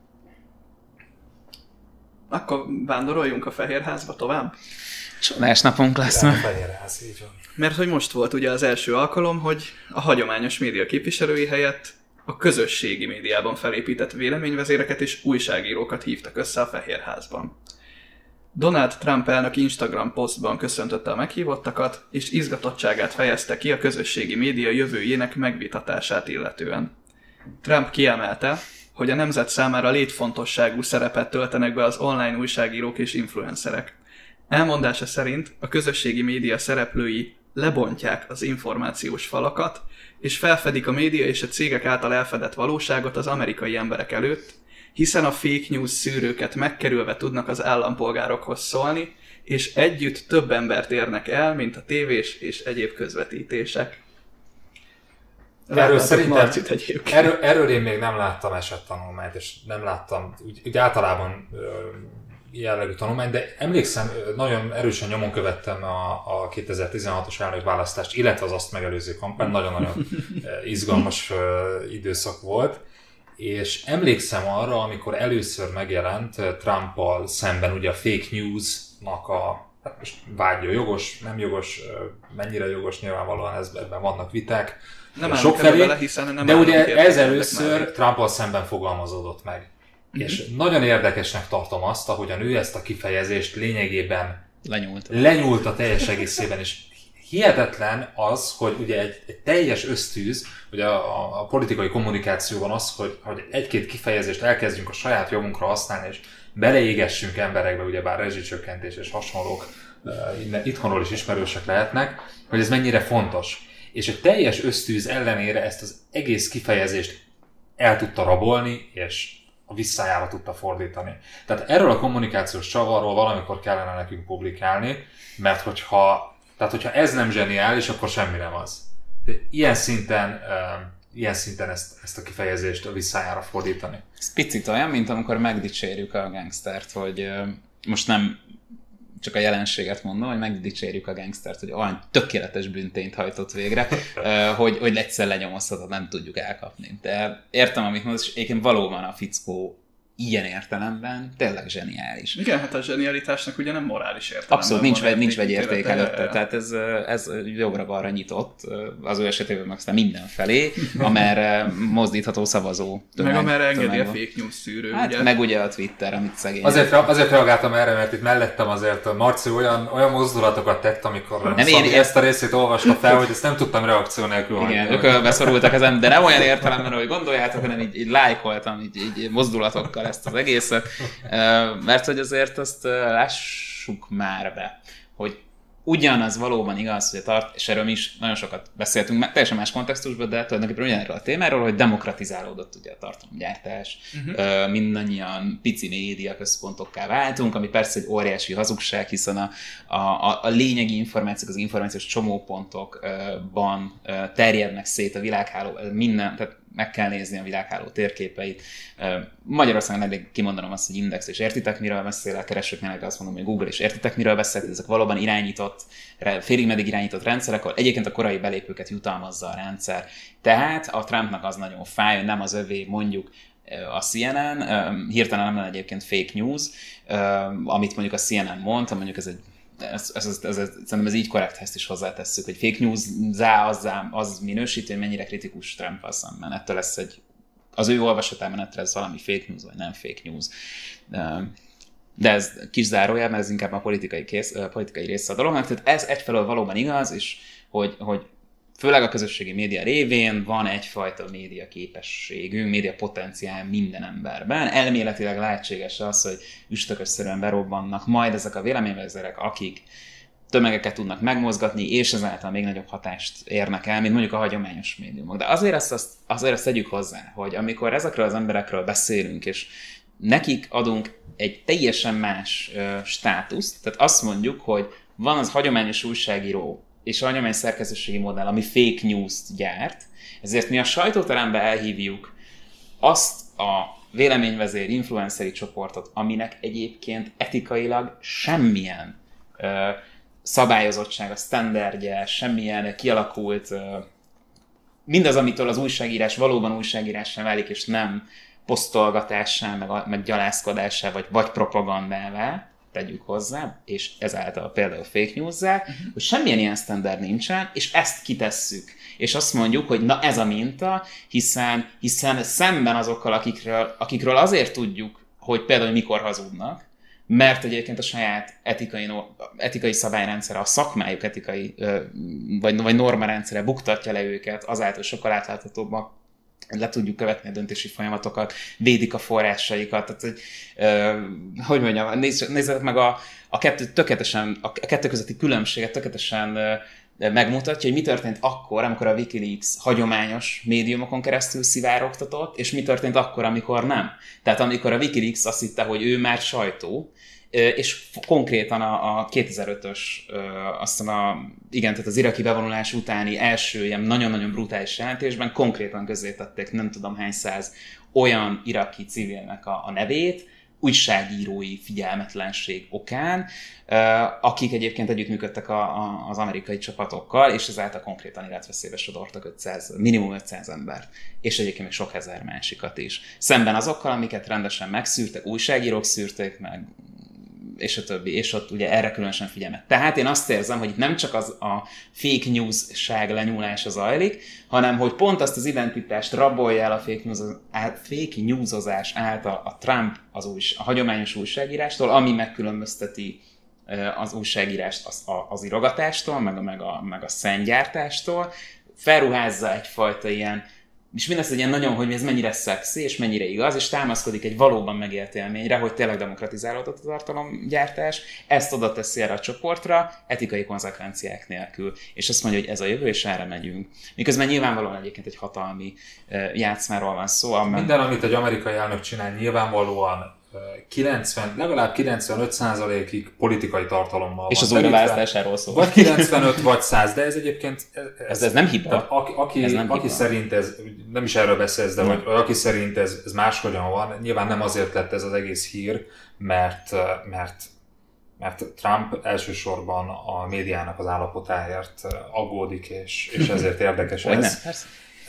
Akkor vándoroljunk a Fehérházba tovább? Csodás napunk lesz ma. Fehérház, így van. Mert hogy most volt ugye az első alkalom, hogy a hagyományos média képviselői helyett a közösségi médiában felépített véleményvezéreket és újságírókat hívtak össze a Fehérházban. Donald Trump elnök Instagram posztban köszöntötte a meghívottakat, és izgatottságát fejezte ki a közösségi média jövőjének megvitatását illetően. Trump kiemelte, hogy a nemzet számára létfontosságú szerepet töltenek be az online újságírók és influencerek. Elmondása szerint a közösségi média szereplői lebontják az információs falakat, és felfedik a média és a cégek által elfedett valóságot az amerikai emberek előtt, hiszen a fake news szűrőket megkerülve tudnak az állampolgárokhoz szólni, és együtt több embert érnek el, mint a tévés és egyéb közvetítések. Erről szerintem, erről, erről én még nem láttam esettanulmányt, és nem láttam úgy, úgy általában jellegű tanulmányt, de emlékszem, nagyon erősen nyomon követtem a, a kétezer-tizenhatos elnökválasztást, illetve az azt megelőző kampány, nagyon-nagyon izgalmas időszak volt, és emlékszem arra, amikor először megjelent Trumpal szemben ugye a fake news-nak a, hát most vágyja jogos, nem jogos, mennyire jogos, nyilvánvalóan ez, ebben vannak viták, nem sok felé, bele, hiszen nem de ugye ez először Trumpal szemben fogalmazódott meg. Mm-hmm. És nagyon érdekesnek tartom azt, ahogyan ő ezt a kifejezést lényegében lenyúlta, lenyúlta teljes egészében, és hihetetlen az, hogy ugye egy, egy teljes ösztűz, ugye a, a, a politikai kommunikációban az, hogy, hogy egy-két kifejezést elkezdjünk a saját jogunkra használni, és beleégessünk emberekbe, ugyebár rezsicsökkentés és hasonlók uh, itthonról is ismerősek lehetnek, hogy ez mennyire fontos. És egy teljes ösztűz ellenére ezt az egész kifejezést el tudta rabolni, és a visszájára tudta fordítani. Tehát erről a kommunikációs csavarról valamikor kellene nekünk publikálni, mert hogyha, tehát hogyha ez nem zseniális, akkor semmi nem az. De ilyen szinten, uh, ilyen szinten ezt, ezt a kifejezést a visszájára fordítani. Ez picit olyan, mint amikor megdicsérjük a gangstert, hogy uh, most nem csak a jelenséget mondom, hogy megdicsérjük a gangstert, hogy olyan tökéletes bűntényt hajtott végre, hogy, hogy egyszer lenyomozhatod, nem tudjuk elkapni. De értem, amit mondasz, és egyébként valóban a fickó ilyen értelemben tényleg zseniális. Igen, hát a zsenialitásnak ugye nem morális értelemben. Abszolút, nincs, vegy, nincs vegyérték előtte, tehát ez, ez jobbra-balra nyitott, az ő esetében meg aztán mindenfelé, amerre mozdítható szavazó tömeg. Meg amerre engedi a fake news szűrő. Hát ugye? meg ugye a Twitter, amit szegény. Azért, azért reagáltam erre, mert itt mellettem azért a Marci olyan, olyan mozdulatokat tett, amikor nem én ezt a részét olvasta fel, hogy ezt nem tudtam reakció nélkül. Igen, ökölbe szorultak ezen, de nem olyan értelemben, hogy gondoljátok, hanem így, így lájkoltam így, így mozdulatokkal ezt az egészet, mert hogy azért azt lássuk már be, hogy ugyanaz valóban igaz, hogy a tart, és erről mi is nagyon sokat beszéltünk, teljesen más kontextusban, de tulajdonképpen ugyanerről a témáról, hogy demokratizálódott ugye a tartalomgyártás, uh-huh. mindannyian pici média központokká váltunk, ami persze egy óriási hazugság, hiszen a, a, a lényegi információk, az információs csomópontokban terjednek szét a világháló, minden, tehát meg kell nézni a világháló térképeit. Magyarországon elég kimondanom azt, hogy Index, és értitek, miről beszélek, keresőknél azt mondom, hogy Google, és értitek, miről beszélek, ezek valóban irányított, félig meddig irányított rendszerek, ahol egyébként a korai belépőket jutalmazza a rendszer. Tehát a Trumpnak az nagyon fáj, hogy nem az övé mondjuk a C N N, hirtelen nem lenne egyébként fake news, amit mondjuk a C N N mondta, mondjuk ez egy Ez, ez, ez, ez, ez, szerintem ez így korrekt, ezt is hozzátesszük, hogy fake news-zá az, az minősítő, hogy mennyire kritikus Trump-val szemben. Ettől lesz egy, az ő olvasatában ettől ez valami fake news, vagy nem fake news. De ez kis zárójel, mert ez inkább a politikai, kész, a politikai része a dolognak. Tehát ez egyfelől valóban igaz, és hogy, hogy főleg a közösségi média révén van egyfajta média képességünk, média potenciál minden emberben. Elméletileg lehetséges az, hogy üstökösszerűen berobbannak majd ezek a véleményvezérek, akik tömegeket tudnak megmozgatni, és ezáltal még nagyobb hatást érnek el, mint mondjuk a hagyományos médiumok. De azért ezt, azt, azért ezt tegyük hozzá, hogy amikor ezekről az emberekről beszélünk, és nekik adunk egy teljesen más ö, státuszt, tehát azt mondjuk, hogy van az hagyományos újságíró, és a hagyomány szerkesztőségi modell, ami fake news-t gyárt, ezért mi a sajtóterembe elhívjuk azt a véleményvezér influenceri csoportot, aminek egyébként etikailag semmilyen ö, szabályozottsága, sztenderdje, semmilyen kialakult, ö, mindaz, amitől az újságírás valóban újságírássá válik, és nem posztolgatássá, meg, meg gyalászkodássá, vagy, vagy propagandává, tegyük hozzá, és ezáltal például fake news-zel, uh-huh. hogy semmilyen ilyen standard nincsen, és ezt kitesszük. És azt mondjuk, hogy na ez a minta, hiszen, hiszen szemben azokkal, akikről, akikről azért tudjuk, hogy például mikor hazudnak, mert egyébként a saját etikai, etikai szabályrendszere, a szakmájuk etikai vagy, vagy normarendszere buktatja le őket, azáltal sokkal átláthatóbbak, le tudjuk követni a döntési folyamatokat, védik a forrásaikat, tehát, hogy, uh, hogy mondjam, nézzétek meg a, a, kettő, tökéletesen, a kettő közötti különbséget tökéletesen uh, megmutatja, hogy mi történt akkor, amikor a Wikileaks hagyományos médiumokon keresztül szivárogtatott, és mi történt akkor, amikor nem. Tehát amikor a Wikileaks azt hitte, hogy ő már sajtó, és konkrétan a, a kétezer-ötös, aztán a, igen, tehát az iraki bevonulás utáni első ilyen nagyon-nagyon brutális jelentésben konkrétan közzétették nem tudom hány száz olyan iraki civilnek a, a nevét, újságírói figyelmetlenség okán, akik egyébként együttműködtek a, a, az amerikai csapatokkal, és ezáltal konkrétan életveszélybe sodortak ötszáz, minimum ötszáz embert, és egyébként még sok ezer másikat is. Szemben azokkal, amiket rendesen megszűrtek, újságírók szűrték meg, és a többi, és ott ugye erre különösen figyelmet. Tehát én azt érzem, hogy itt nem csak az a fake news-ság lenyúlása zajlik, hanem hogy pont azt az identitást rabolja el a fake, news, fake newsozás által a Trump az új, a hagyományos újságírástól, ami megkülönbözteti az újságírást az, az írogatástól, meg a, meg a, meg a szenngyártástól, felruházza egyfajta ilyen, és mindezt egy ilyen nagyon, hogy ez mennyire szexi, és mennyire igaz, és támaszkodik egy valóban megélt élményre, hogy tényleg demokratizálódott a tartalomgyártás, ezt oda teszi erre a csoportra, etikai konzekvenciák nélkül. És azt mondja, hogy ez a jövő, és erre megyünk. Miközben nyilvánvalóan egyébként egy hatalmi játszmáról van szó. Amely... Minden, amit egy amerikai elnök csinál, nyilvánvalóan kilencven, legalább kilencvenöt százalékig politikai tartalommal és van. És az újraválasztásáról szól. Vagy kilencvenöt, vagy száz, de ez egyébként... Ez, ez, ez nem hiba. Aki, aki, ez nem aki hiba. szerint ez, nem is erről beszélsz, de hogy, aki szerint ez, ez máshogyan van, nyilván nem azért lett ez az egész hír, mert, mert, mert Trump elsősorban a médiának az állapotáért aggódik, és, és ezért érdekes ez. Nem, persze.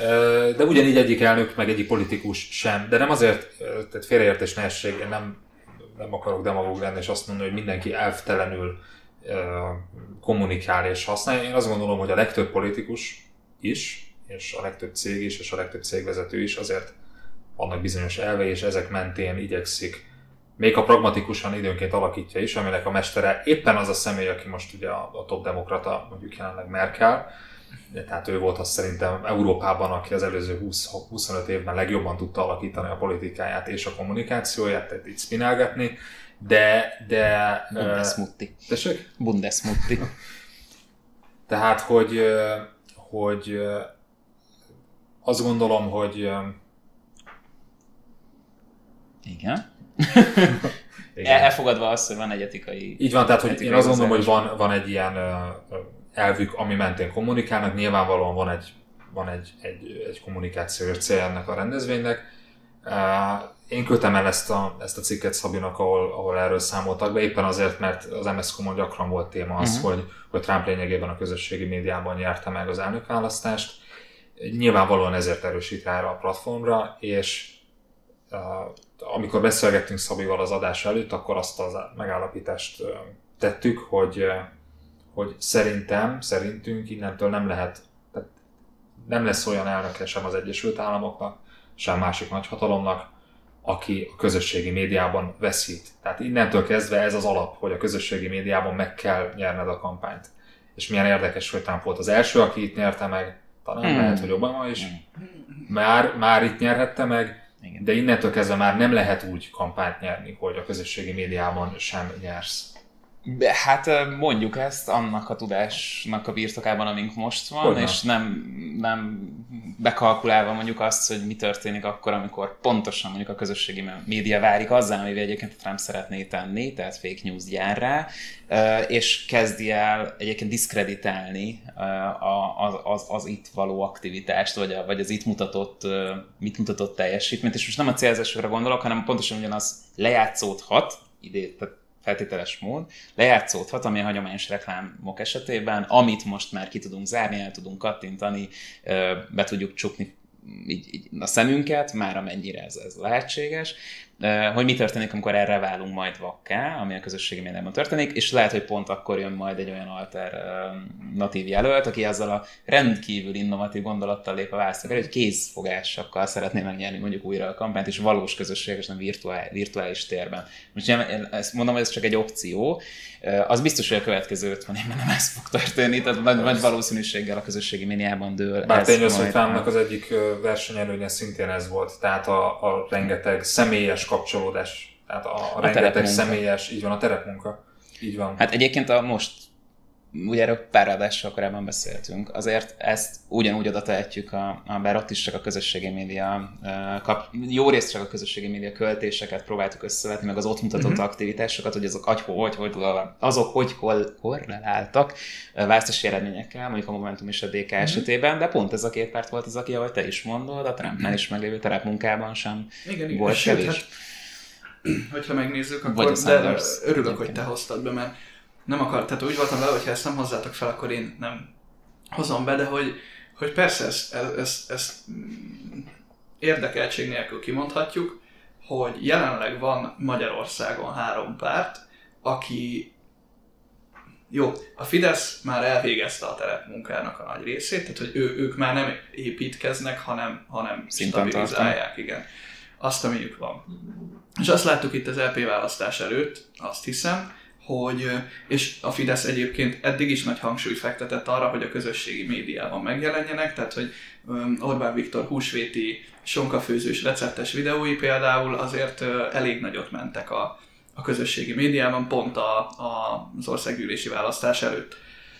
De ugyanígy egyik elnök, meg egyik politikus sem. De nem azért, tehát félreértés ne essék, én nem, nem akarok demagóg lenni, és azt mondani, hogy mindenki elvtelenül uh, kommunikál és használja. Én azt gondolom, hogy a legtöbb politikus is, és a legtöbb cég is, és a legtöbb cégvezető is azért vannak bizonyos elvei, és ezek mentén igyekszik, még a pragmatikusan időnként alakítja is, aminek a mestere éppen az a személy, aki most ugye a, a top demokrata, mondjuk jelenleg Merkel. Tehát ő volt azt szerintem Európában, aki az előző húsz-huszonöt évben legjobban tudta alakítani a politikáját és a kommunikációját, tehát így spinálgatni, de... de Bundesmutti. Tessék? Bundesmutti. Tehát, hogy, hogy azt gondolom, hogy... Igen. Igen. Elfogadva azt, hogy van egy etikai... Így van, tehát hogy én azt gondolom, hogy van, van egy ilyen elvük, ami mentén kommunikálnak. Nyilvánvalóan van egy van egy, egy, egy kommunikációs cél ennek a rendezvénynek. Én küldtem el ezt a, ezt a cikket Szabinak, ahol, ahol erről számoltak be, éppen azért, mert az em es zet cé-on gyakran volt téma az, uh-huh. hogy, hogy Trump lényegében a közösségi médiában nyerte meg az elnökválasztást. Nyilvánvalóan ezért erősít rá a platformra, és uh, amikor beszélgettünk Szabival az adás előtt, akkor azt a megállapítást uh, tettük, hogy, uh, hogy szerintem, szerintünk innentől nem lehet, tehát nem lesz olyan elnöke sem az Egyesült Államoknak, sem másik nagyhatalomnak, aki a közösségi médiában veszít. Tehát innentől kezdve ez az alap, hogy a közösségi médiában meg kell nyerned a kampányt. És milyen érdekes, hogy Trump volt az első, aki itt nyerte meg, talán hmm. lehet, hogy Obama is. Már, már itt nyerhette meg, igen. De innentől kezdve már nem lehet úgy kampányt nyerni, hogy a közösségi médiában sem nyersz. Hát mondjuk ezt annak a tudásnak a birtokában, amink most van, Hogyan? és nem, nem bekalkulálva mondjuk azt, hogy mi történik akkor, amikor pontosan mondjuk a közösségi média várik azzá, amivel egyébként Trump szeretné tenni, tehát fake news gyár rá, és kezdi el egyébként diszkreditálni az, az, az itt való aktivitást, vagy, a, vagy az itt mutatott, mit mutatott teljesítményt, és most nem a célzásokra gondolok, hanem pontosan ugyanaz lejátszódhat, idét, tehát feltételes mód, lejátszódhat, ami a hagyományos reklámok esetében, amit most már ki tudunk zárni, el tudunk kattintani, be tudjuk csukni így, így a szemünket, már amennyire ez, ez lehetséges, hogy mi történik, amikor erre válunk majd vakká, ami a közösségi médiában történik, és lehet, hogy pont akkor jön majd egy olyan alternatív jelölt, aki azzal a rendkívül innovatív gondolattal lép a választók elé, hogy kézfogásokkal szeretné megnyerni mondjuk újra a kampányt, és valós közösséges, nem virtuális, virtuális térben. Most én ezt mondom, hogy ez csak egy opció, az biztos, hogy a következő ötven évben nem ez fog történni, tehát nagy, nagy valószínűséggel a közösségi médiában dől. Bár tényleg, hogy Trumpnak az egyik versenyelőnye szintén ez volt, tehát a, a rengeteg személyes kapcsolódás, tehát a, a, a rengeteg személyes, így van, a terepmunka, így van. Hát egyébként a most, ugye erről pár adással korábban beszéltünk, azért ezt ugyanúgy oda tehetjük, a, a, bár ott is csak a közösségi média, kap, jó részt csak a közösségi média költéseket próbáltuk összevetni, meg az ott mutatott mm-hmm. aktivitásokat, hogy azok hogy, hogy, hogy, azok hogy hol korreláltak választási eredményekkel, mondjuk a Momentum és a dé ká mm-hmm. esetében, de pont ez a két párt volt az, aki, ahogy te is mondod, a Trumpnál is meglévő terepmunkában sem igen, volt igen. kevés. Hát, hogyha megnézzük, akkor de örülök, hogy te hoztad be, mert nem akar, tehát úgy voltam vele, hogy ha ezt nem hozzátok fel, akkor én nem hozom be, de hogy, hogy persze ezt, ezt, ezt érdekeltség nélkül kimondhatjuk, hogy jelenleg van Magyarországon három párt, aki, jó, a Fidesz már elvégezte a terepmunkának a nagy részét, tehát hogy ő, ők már nem építkeznek, hanem, hanem stabilizálják, igen, azt, amiük van. És azt láttuk itt az é pé választás előtt, azt hiszem, hogy, és a Fidesz egyébként eddig is nagy hangsúlyt fektetett arra, hogy a közösségi médiában megjelenjenek, tehát hogy Orbán Viktor húsvéti sonkafőzős receptes videói például azért elég nagyot mentek a, a közösségi médiában, pont a, a, az országgyűlési választás előtt.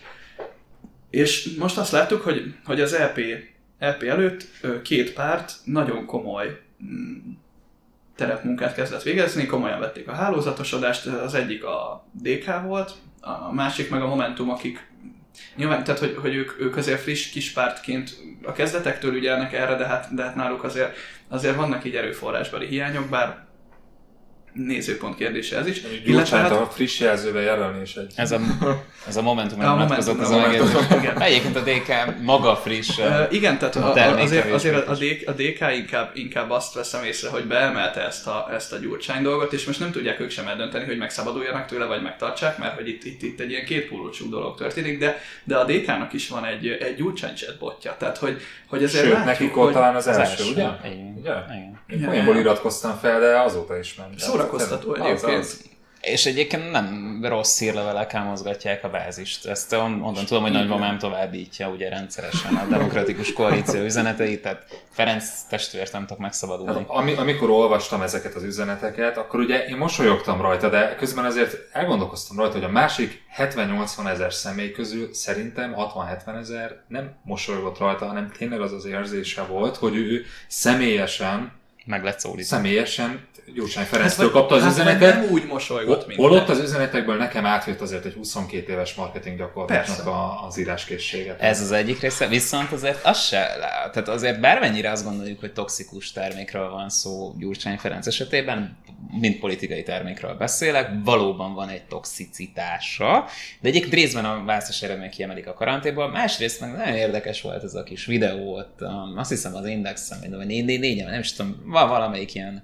És most azt láttuk, hogy, hogy az é pé, é pé előtt két párt nagyon komoly terepmunkát kezdett végezni, komolyan vették a hálózatosodást, az egyik a dé ká volt, a másik meg a Momentum, akik nyilván, tehát hogy, hogy ők, ők azért friss kispártként a kezdetektől ügyelnek erre, de hát, de hát náluk azért, azért vannak így erőforrásbeli hiányok, bár nézőpont kérdése ez is. Illetve hát a friss jelzővel jelölni is egy. Ez a, ez a Momentum, a Momentum, az a megjegyzés. Egyébként a dé ká maga friss. Uh, igen, tehát a, a, azért, azért a, dé, a dé ká inkább, inkább azt veszem észre, hogy beemelte ezt a, ezt a Gyurcsány dolgot, és most nem tudják ők sem eldönteni, hogy megszabaduljanak tőle, vagy megtartsák, mert hogy itt, itt, itt egy ilyen kétpólusú dolog történik, de, de a dé kának is van egy, egy Gyurcsány chatbotja, tehát hogy, hogy ezért sőt, látjuk, nekik volt talán az első, első ugye? Igen. Igen. Én olyanból iratkoztam fel, de azóta is ment. Szórakoztató egyébként. És egyébként nem rossz hírlevelekkel mozgatják a bázist. Ezt onnan tudom, hogy Nagymamám továbbítja ugye rendszeresen a demokratikus koalíció üzeneteit, tehát Ferenc testvért nem tudok megszabadulni. Ami, amikor olvastam ezeket az üzeneteket, akkor ugye én mosolyogtam rajta, de közben azért elgondolkoztam rajta, hogy a másik hetven-nyolcvan ezer személy közül szerintem hatvan-hetven ezer nem mosolygott rajta, hanem tényleg az az érzése volt, hogy ő személyesen meg lett szólítva. Személyesen Gyurcsány Ferenctől kapta az hát üzenetet. Nem úgy mosolygott, mint Holott az üzenetekből nekem átjött azért egy huszonkét éves marketing gyakorlatnak az íráskészséget. Ez az egyik része, viszont azért az se, tehát azért bármennyire azt gondoljuk, hogy toxikus termékről van szó Gyurcsány Ferenc esetében, mint politikai termékről beszélek, valóban van egy toxicitása, de egyik részben a választási eredmény kiemelik a karanténból, másrészt meg nagyon érdekes volt ez a kis videó ott, azt hiszem az Indexen, vagy négy négy négy, nem is tudom, valamelyik ilyen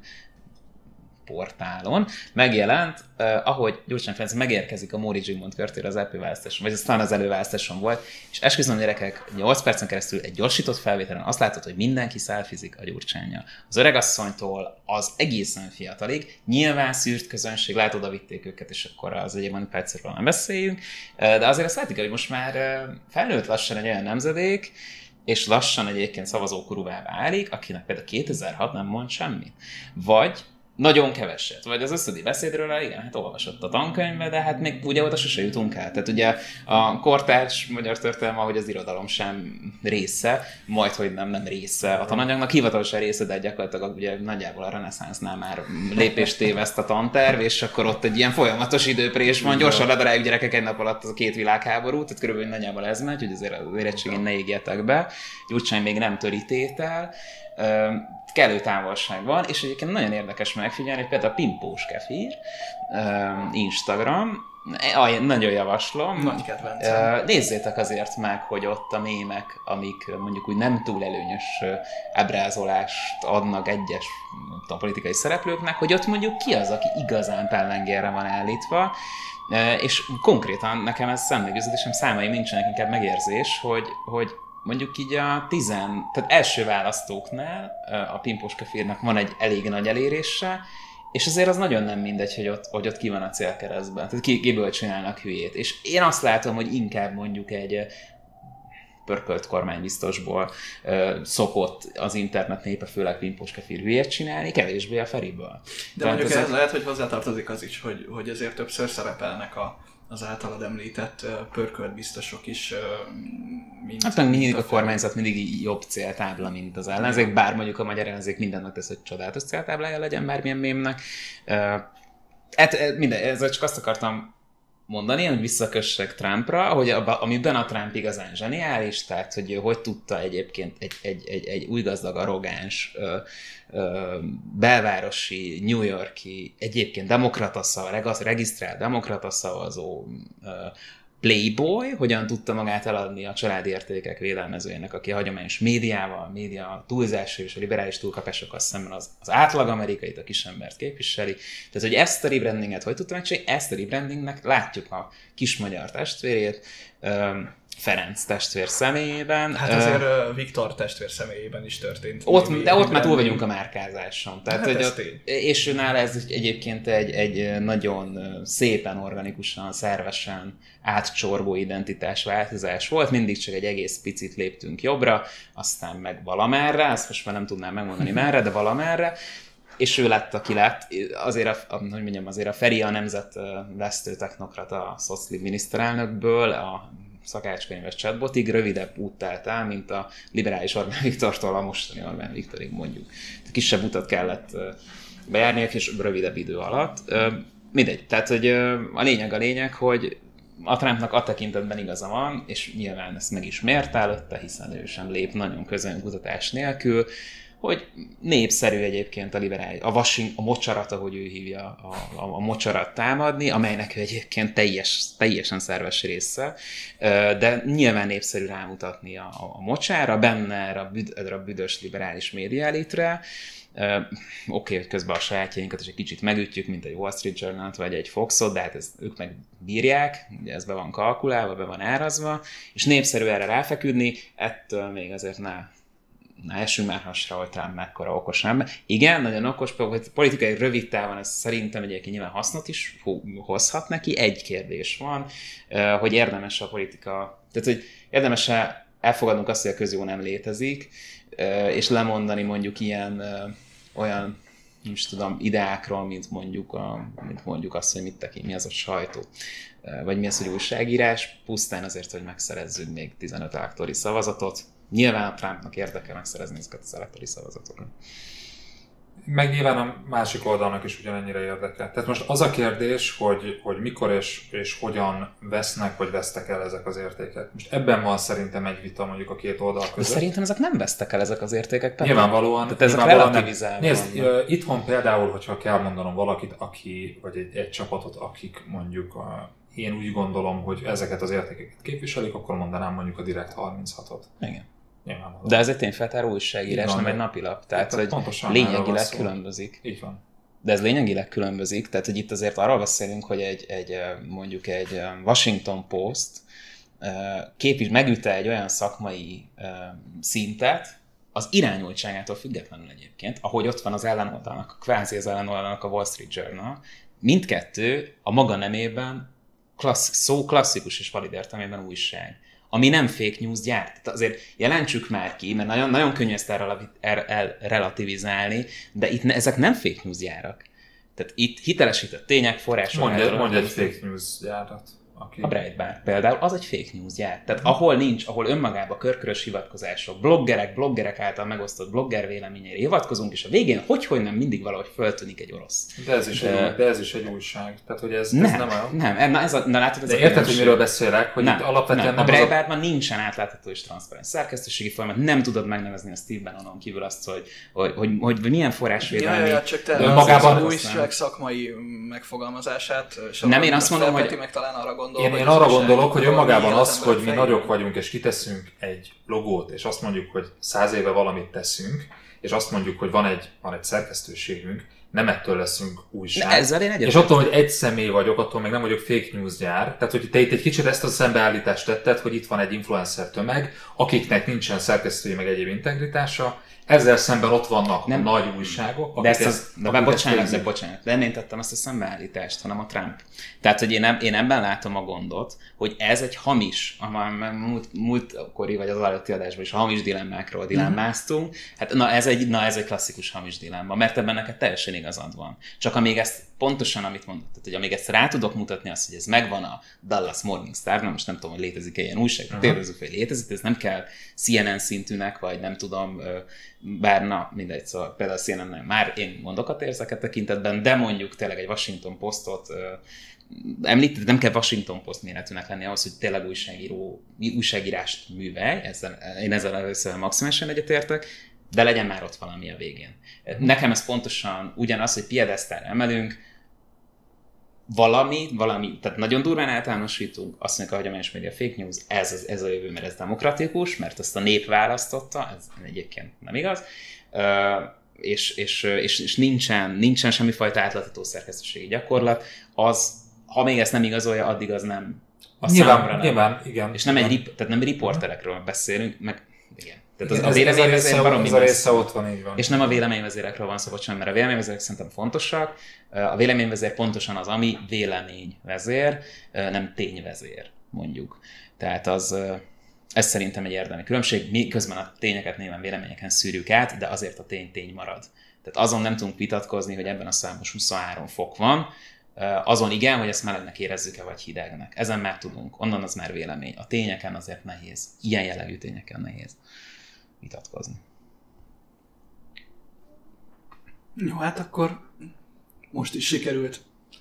portálon megjelent, eh, ahogy Gyurcsány Ferenc megérkezik a Móri Zsigmond körtére az é pé választáson, vagy aztán az előválasztáson volt, és esküszöm gyerekek, nyolc percen keresztül egy gyorsított felvételen azt látod, hogy mindenki szelfizik a Gyurcsánnyal. Az öregasszonytól az egészen fiatalig, nyilván szűrt közönség, lehet oda vitték őket, és akkor az egyébként percről nem beszéljünk, de azért azt látjuk, hogy most már felnőtt lassan egy olyan nemzedék, és lassan egyébként szavazókorúvá válik, akinek például kétezer-hat nem mond semmit. Vagy nagyon keveset. Vagy az összödi beszédről, igen, hát olvasott a tankönyvbe, de hát még ugye oda sose jutunk el. Tehát ugye a kortárs magyar történelme, ahogy az irodalom sem része, majd hogy nem, nem része a tananyagnak, hivatalosan része, de gyakorlatilag ugye nagyjából a reneszánsznál már lépést téveszt a tanterv, és akkor ott egy ilyen folyamatos időprés van, gyorsan ledaráljuk gyerekek egy nap alatt az a két világháború, tehát körülbelül nagyjából ez megy, hogy azért az érettségén ne égjetek be. Gyurcsány még nem töri tétel. Kellő távolság van, és egyébként nagyon érdekes megfigyelni, hogy például a Pimpós Kefir, Instagram, nagyon javaslom. Nagy kedvencem. Nézzétek azért meg, hogy ott a mémek, amik mondjuk úgy nem túl előnyös ábrázolást adnak egyes a politikai szereplőknek, hogy ott mondjuk ki az, aki igazán pellengérre van állítva, és konkrétan nekem ez szemlélőződésem számaim nincsenek, inkább megérzés, hogy, hogy mondjuk így a tizen, tehát első választóknál a Pimpós Kefirnek van egy elég nagy elérése, és azért az nagyon nem mindegy, hogy ott, hogy ott ki van a célkeresztben. Tehát ki, kiből csinálnak hülyét. És én azt látom, hogy inkább mondjuk egy pörkölt kormánybiztosból szokott az internet népe, főleg Pimpós Kefir hülyét csinálni, kevésbé a Feriből. De tehát mondjuk ez lehet, hogy hozzátartozik az is, hogy, hogy ezért többször szerepelnek a az általad említett uh, pörkölt biztosok is uh, mint... Hát meg mindig a, a kormányzat mindig jobb céltábla, mint az ellenzék, bár mondjuk a magyar ellenzék mindennek tesz, hogy csodálatos céltáblája legyen bármilyen mémnek. Uh, hát minden, ezzel csak azt akartam mondani, hogy visszakössek Trumpra, hogy abba, amiben a Trump igazán zseniális, tehát hogy hogy tudta egyébként egy, egy, egy, egy új gazdag, arrogáns, ö, ö, belvárosi, New York-i, egyébként demokrata szavazó, regisztrált demokrata szavazó ö, playboy, hogyan tudta magát eladni a családi értékek védelmezőjének, aki a hagyományos médiával, a média túlzása és a liberális túlkapásokkal szemben az, az átlag amerikait, a kisembert képviseli. Tehát, hogy ezt a rebrandinget hogy tudta megcsinálni? Ezt a rebrandingnek látjuk a kis magyar testvérét, Ferenc testvér személyében. Hát azért uh, Viktor testvér személyében is történt. Ott, de ott már túl vagyunk a márkázáson. Tehát, hát hogy ott, és nála ez egyébként egy, egy nagyon szépen, organikusan, szervesen átcsorbó identitásváltozás volt. Mindig csak egy egész picit léptünk jobbra, aztán meg valamerre, ezt most már nem tudnám megmondani merre, de valamerre. És ő lett, aki lett. Azért a, a, hogy mondjam, azért a Feri a nemzetvesztő technokrata, a szoclib miniszterelnökből, a szakácskönyves chatbotig rövidebb út telt el, mint a liberális Orbán Viktortól a mostani Orbán Viktorig mondjuk. Kisebb utat kellett bejárniak, és rövidebb idő alatt. Mindegy. Tehát, hogy a lényeg a lényeg, hogy a Trumpnak a tekintetben igaza van, és nyilván ezt meg is mért előtte, hiszen ő sem lép nagyon közönkutatás nélkül, hogy népszerű egyébként a liberális, a washing, a mocsarat, ahogy ő hívja, a, a, a mocsarat támadni, amelynek ő egyébként teljes, teljesen szerves része, de nyilván népszerű rámutatni a, a mocsára, benne erre a, büd, erre a büdös liberális médiaelitre. Oké, okay, hogy közben a sajátjainkat is egy kicsit megütjük, mint egy Wall Street Journal-t vagy egy Foxot, de hát ezt ők meg bírják, ugye ez be van kalkulálva, be van árazva, és népszerű erre ráfeküdni, ettől még azért ne Na, esünk már hasra, hogy Trump mekkora okos ember. Igen, nagyon okos, hogy politikai rövid távon ez szerintem egyébként nyilván hasznot is hozhat neki. Egy kérdés van, hogy érdemes a politika, tehát hogy érdemes-e elfogadnunk azt, hogy a közjó nem létezik, és lemondani mondjuk ilyen olyan, nem is tudom, ideákról, mint mondjuk, a, mint mondjuk azt, hogy mit tekint, mi az a sajtó, vagy mi az, hogy újságírás, pusztán azért, hogy megszerezzünk még tizenöt elektori szavazatot. Nyilván a Trumpnak érdeke megszerezni ezeket az elektori szavazatokat. Meg nyilván a másik oldalnak is ugyanennyire érdekel. Tehát most az a kérdés, hogy, hogy mikor és, és hogyan vesznek, vagy vesztek el ezek az értékek. Most ebben van szerintem egy vita mondjuk a két oldal között. De szerintem ezek nem vesztek el ezek az értékek. Pedig. Nyilvánvalóan. Tehát ezek relativizálva. Nézd, uh, itthon például, hogyha kell mondanom valakit, aki, vagy egy, egy csapatot, akik mondjuk a, én úgy gondolom, hogy ezeket az értékeket képviselik, akkor mondanám mondjuk a Direkt harminchatot. Igen. De ez egy tényfeltáró újságírás, nem egy napilap. Tehát, hogy lényegileg különbözik. Így van. De ez lényegileg különbözik, tehát hogy itt azért arról beszélünk, hogy egy, egy mondjuk egy Washington Post képvis, megütte egy olyan szakmai szintet, az irányultságától függetlenül egyébként, ahogy ott van az ellenoldalnak, kvázi az ellenoldalnak a Wall Street Journal, mindkettő a maga nemében klassz, szó klasszikus és valid értelmében újság, ami nem fake news gyárt. Tehát azért jelentsük már ki, mert nagyon, nagyon könnyű ezt elrelativizálni, de itt ne, ezek nem fake news gyárak. Tehát itt hitelesített tények, források... Mondj, mondj egy fake news gyárat. Okay. A Breitbart például, az egy fake news gyár. Tehát mm. ahol nincs, ahol önmagában körkörös hivatkozások, bloggerek, bloggerek által megosztott blogger véleményére hivatkozunk, és a végén hogy-hogy nem mindig valahogy föltűnik egy orosz. De ez is, de... egy, de ez is egy újság. Tehát, hogy ez, nem, ez nem a... Nem, na ez a, na látod, ez de a érted, hogy miről beszélek? Hogy nem, itt alapvetően nem, nem a Breitbartban a... nincsen átlátható és transzparens szerkesztőségi folyamat, nem tudod megnevezni a Steve Bannonon kívül azt, hogy, hogy, hogy, hogy, hogy milyen forrásvédelmi... Ja, ja, csak te önmagában az újság szakmai megfogalmazását, nem, én azt mondom, hogy... meg talán arra gondol, én, én arra gondolok, hogy önmagában az, hogy mi nagyok vagyunk, és kiteszünk egy logót, és azt mondjuk, hogy száz éve valamit teszünk, és azt mondjuk, hogy van egy, van egy szerkesztőségünk, nem ettől leszünk újság. Ezzel én és attól, hogy egy személy vagyok, attól még nem vagyok fake news gyár. Tehát, hogy te itt egy kicsit ezt a szembeállítást tetted, hogy itt van egy influencer tömeg, akiknek nincsen szerkesztői meg egyéb integritása, ezzel szemben ott vannak nem, nagy újságok. De, ezt az, de akik bocsánat, ezt de bocsánat, de én tettem ezt a szembeállítást, hanem a Trump. Tehát, hogy én, nem, én ebben látom a gondot, hogy ez egy hamis, a múlt, múltkori vagy az előtti adásban is a hamis dilemmákról dilemmáztunk. Hát na ez, egy, na ez egy klasszikus hamis dilemma, mert ebben neked teljesen igazad van. Csak amíg ezt pontosan, amit mondott, tehát, hogy amíg ezt rá tudok mutatni azt, hogy ez megvan a Dallas Morning Star, most nem tudom, hogy létezik-e ilyen újság, uh-huh. Kérdezzük, hogy létezik, ez nem kell C N N szintűnek, vagy nem tudom, bár na, mindegy, szóval például a C N N-nek már én gondokat érzek a tekintetben, de mondjuk tényleg egy Washington Postot említett, nem kell Washington Post méretűnek lenni ahhoz, hogy tényleg újságíró, újságírást művelj, ezzel, én ezzel először maximálisan egyetértek, de legyen már ott valami a végén. Nekem ez pontosan ugyanaz, hogy piedesztára emelünk, valami, valami, tehát nagyon durván általánosítunk, azt mondjuk a hagyományos média fake news, ez, ez, ez a jövő, mert ez demokratikus, mert ezt a nép választotta, ez egyébként nem igaz, uh, és, és, és, és nincsen, nincsen semmifajta átlátható szerkesztőségi gyakorlat, az, ha még ezt nem igazolja, addig az nem a számra nem. Nyilván, igen. És nem, egy, tehát nem riporterekről beszélünk, meg igen. Tehát az, igen, a véleményvezér baromi messze ott van, így van. És nem a véleményvezérekről van szó, bocsánat, mert a véleményvezérek szerintem fontosak. A véleményvezér pontosan az, ami véleményvezér, nem tényvezér, mondjuk. Tehát az, ez szerintem egy érdemi különbség. Mi közben a tényeket néven véleményeken szűrjük át, de azért a tény tény marad. Tehát azon nem tudunk vitatkozni, hogy ebben a számos huszonhárom fok van, azon igen, hogy ezt melegnek érezzük-e, vagy hidegnek. Ezen már tudunk, onnan az már vélemény. A tényeken azért nehéz. Ilyen jellegű tényeken nehéz vitatkozni. Jó, hát akkor most is sikerült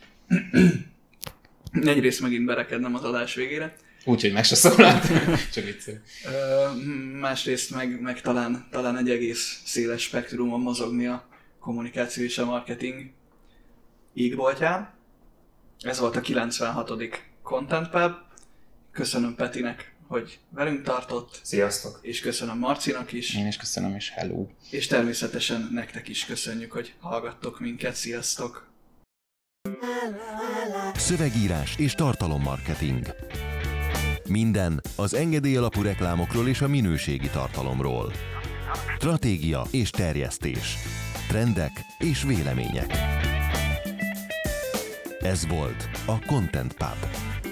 egyrészt megint berekednem az adás végére. Úgyhogy meg se szólalt, csak viccelj. Másrészt meg, meg talán, talán egy egész széles spektrumon mozogni a kommunikáció és a marketing égboltján. Ez volt a kilencvenhatodik Content Pub. Köszönöm Petinek, hogy velünk tartott. Sziasztok! És köszönöm Marcinak is. Én is köszönöm, és hello! És természetesen nektek is köszönjük, hogy hallgattok minket. Sziasztok! Szövegírás és tartalommarketing. Minden az engedély alapú reklámokról és a minőségi tartalomról. Stratégia és terjesztés. Trendek és vélemények. Ez volt a Content Pub.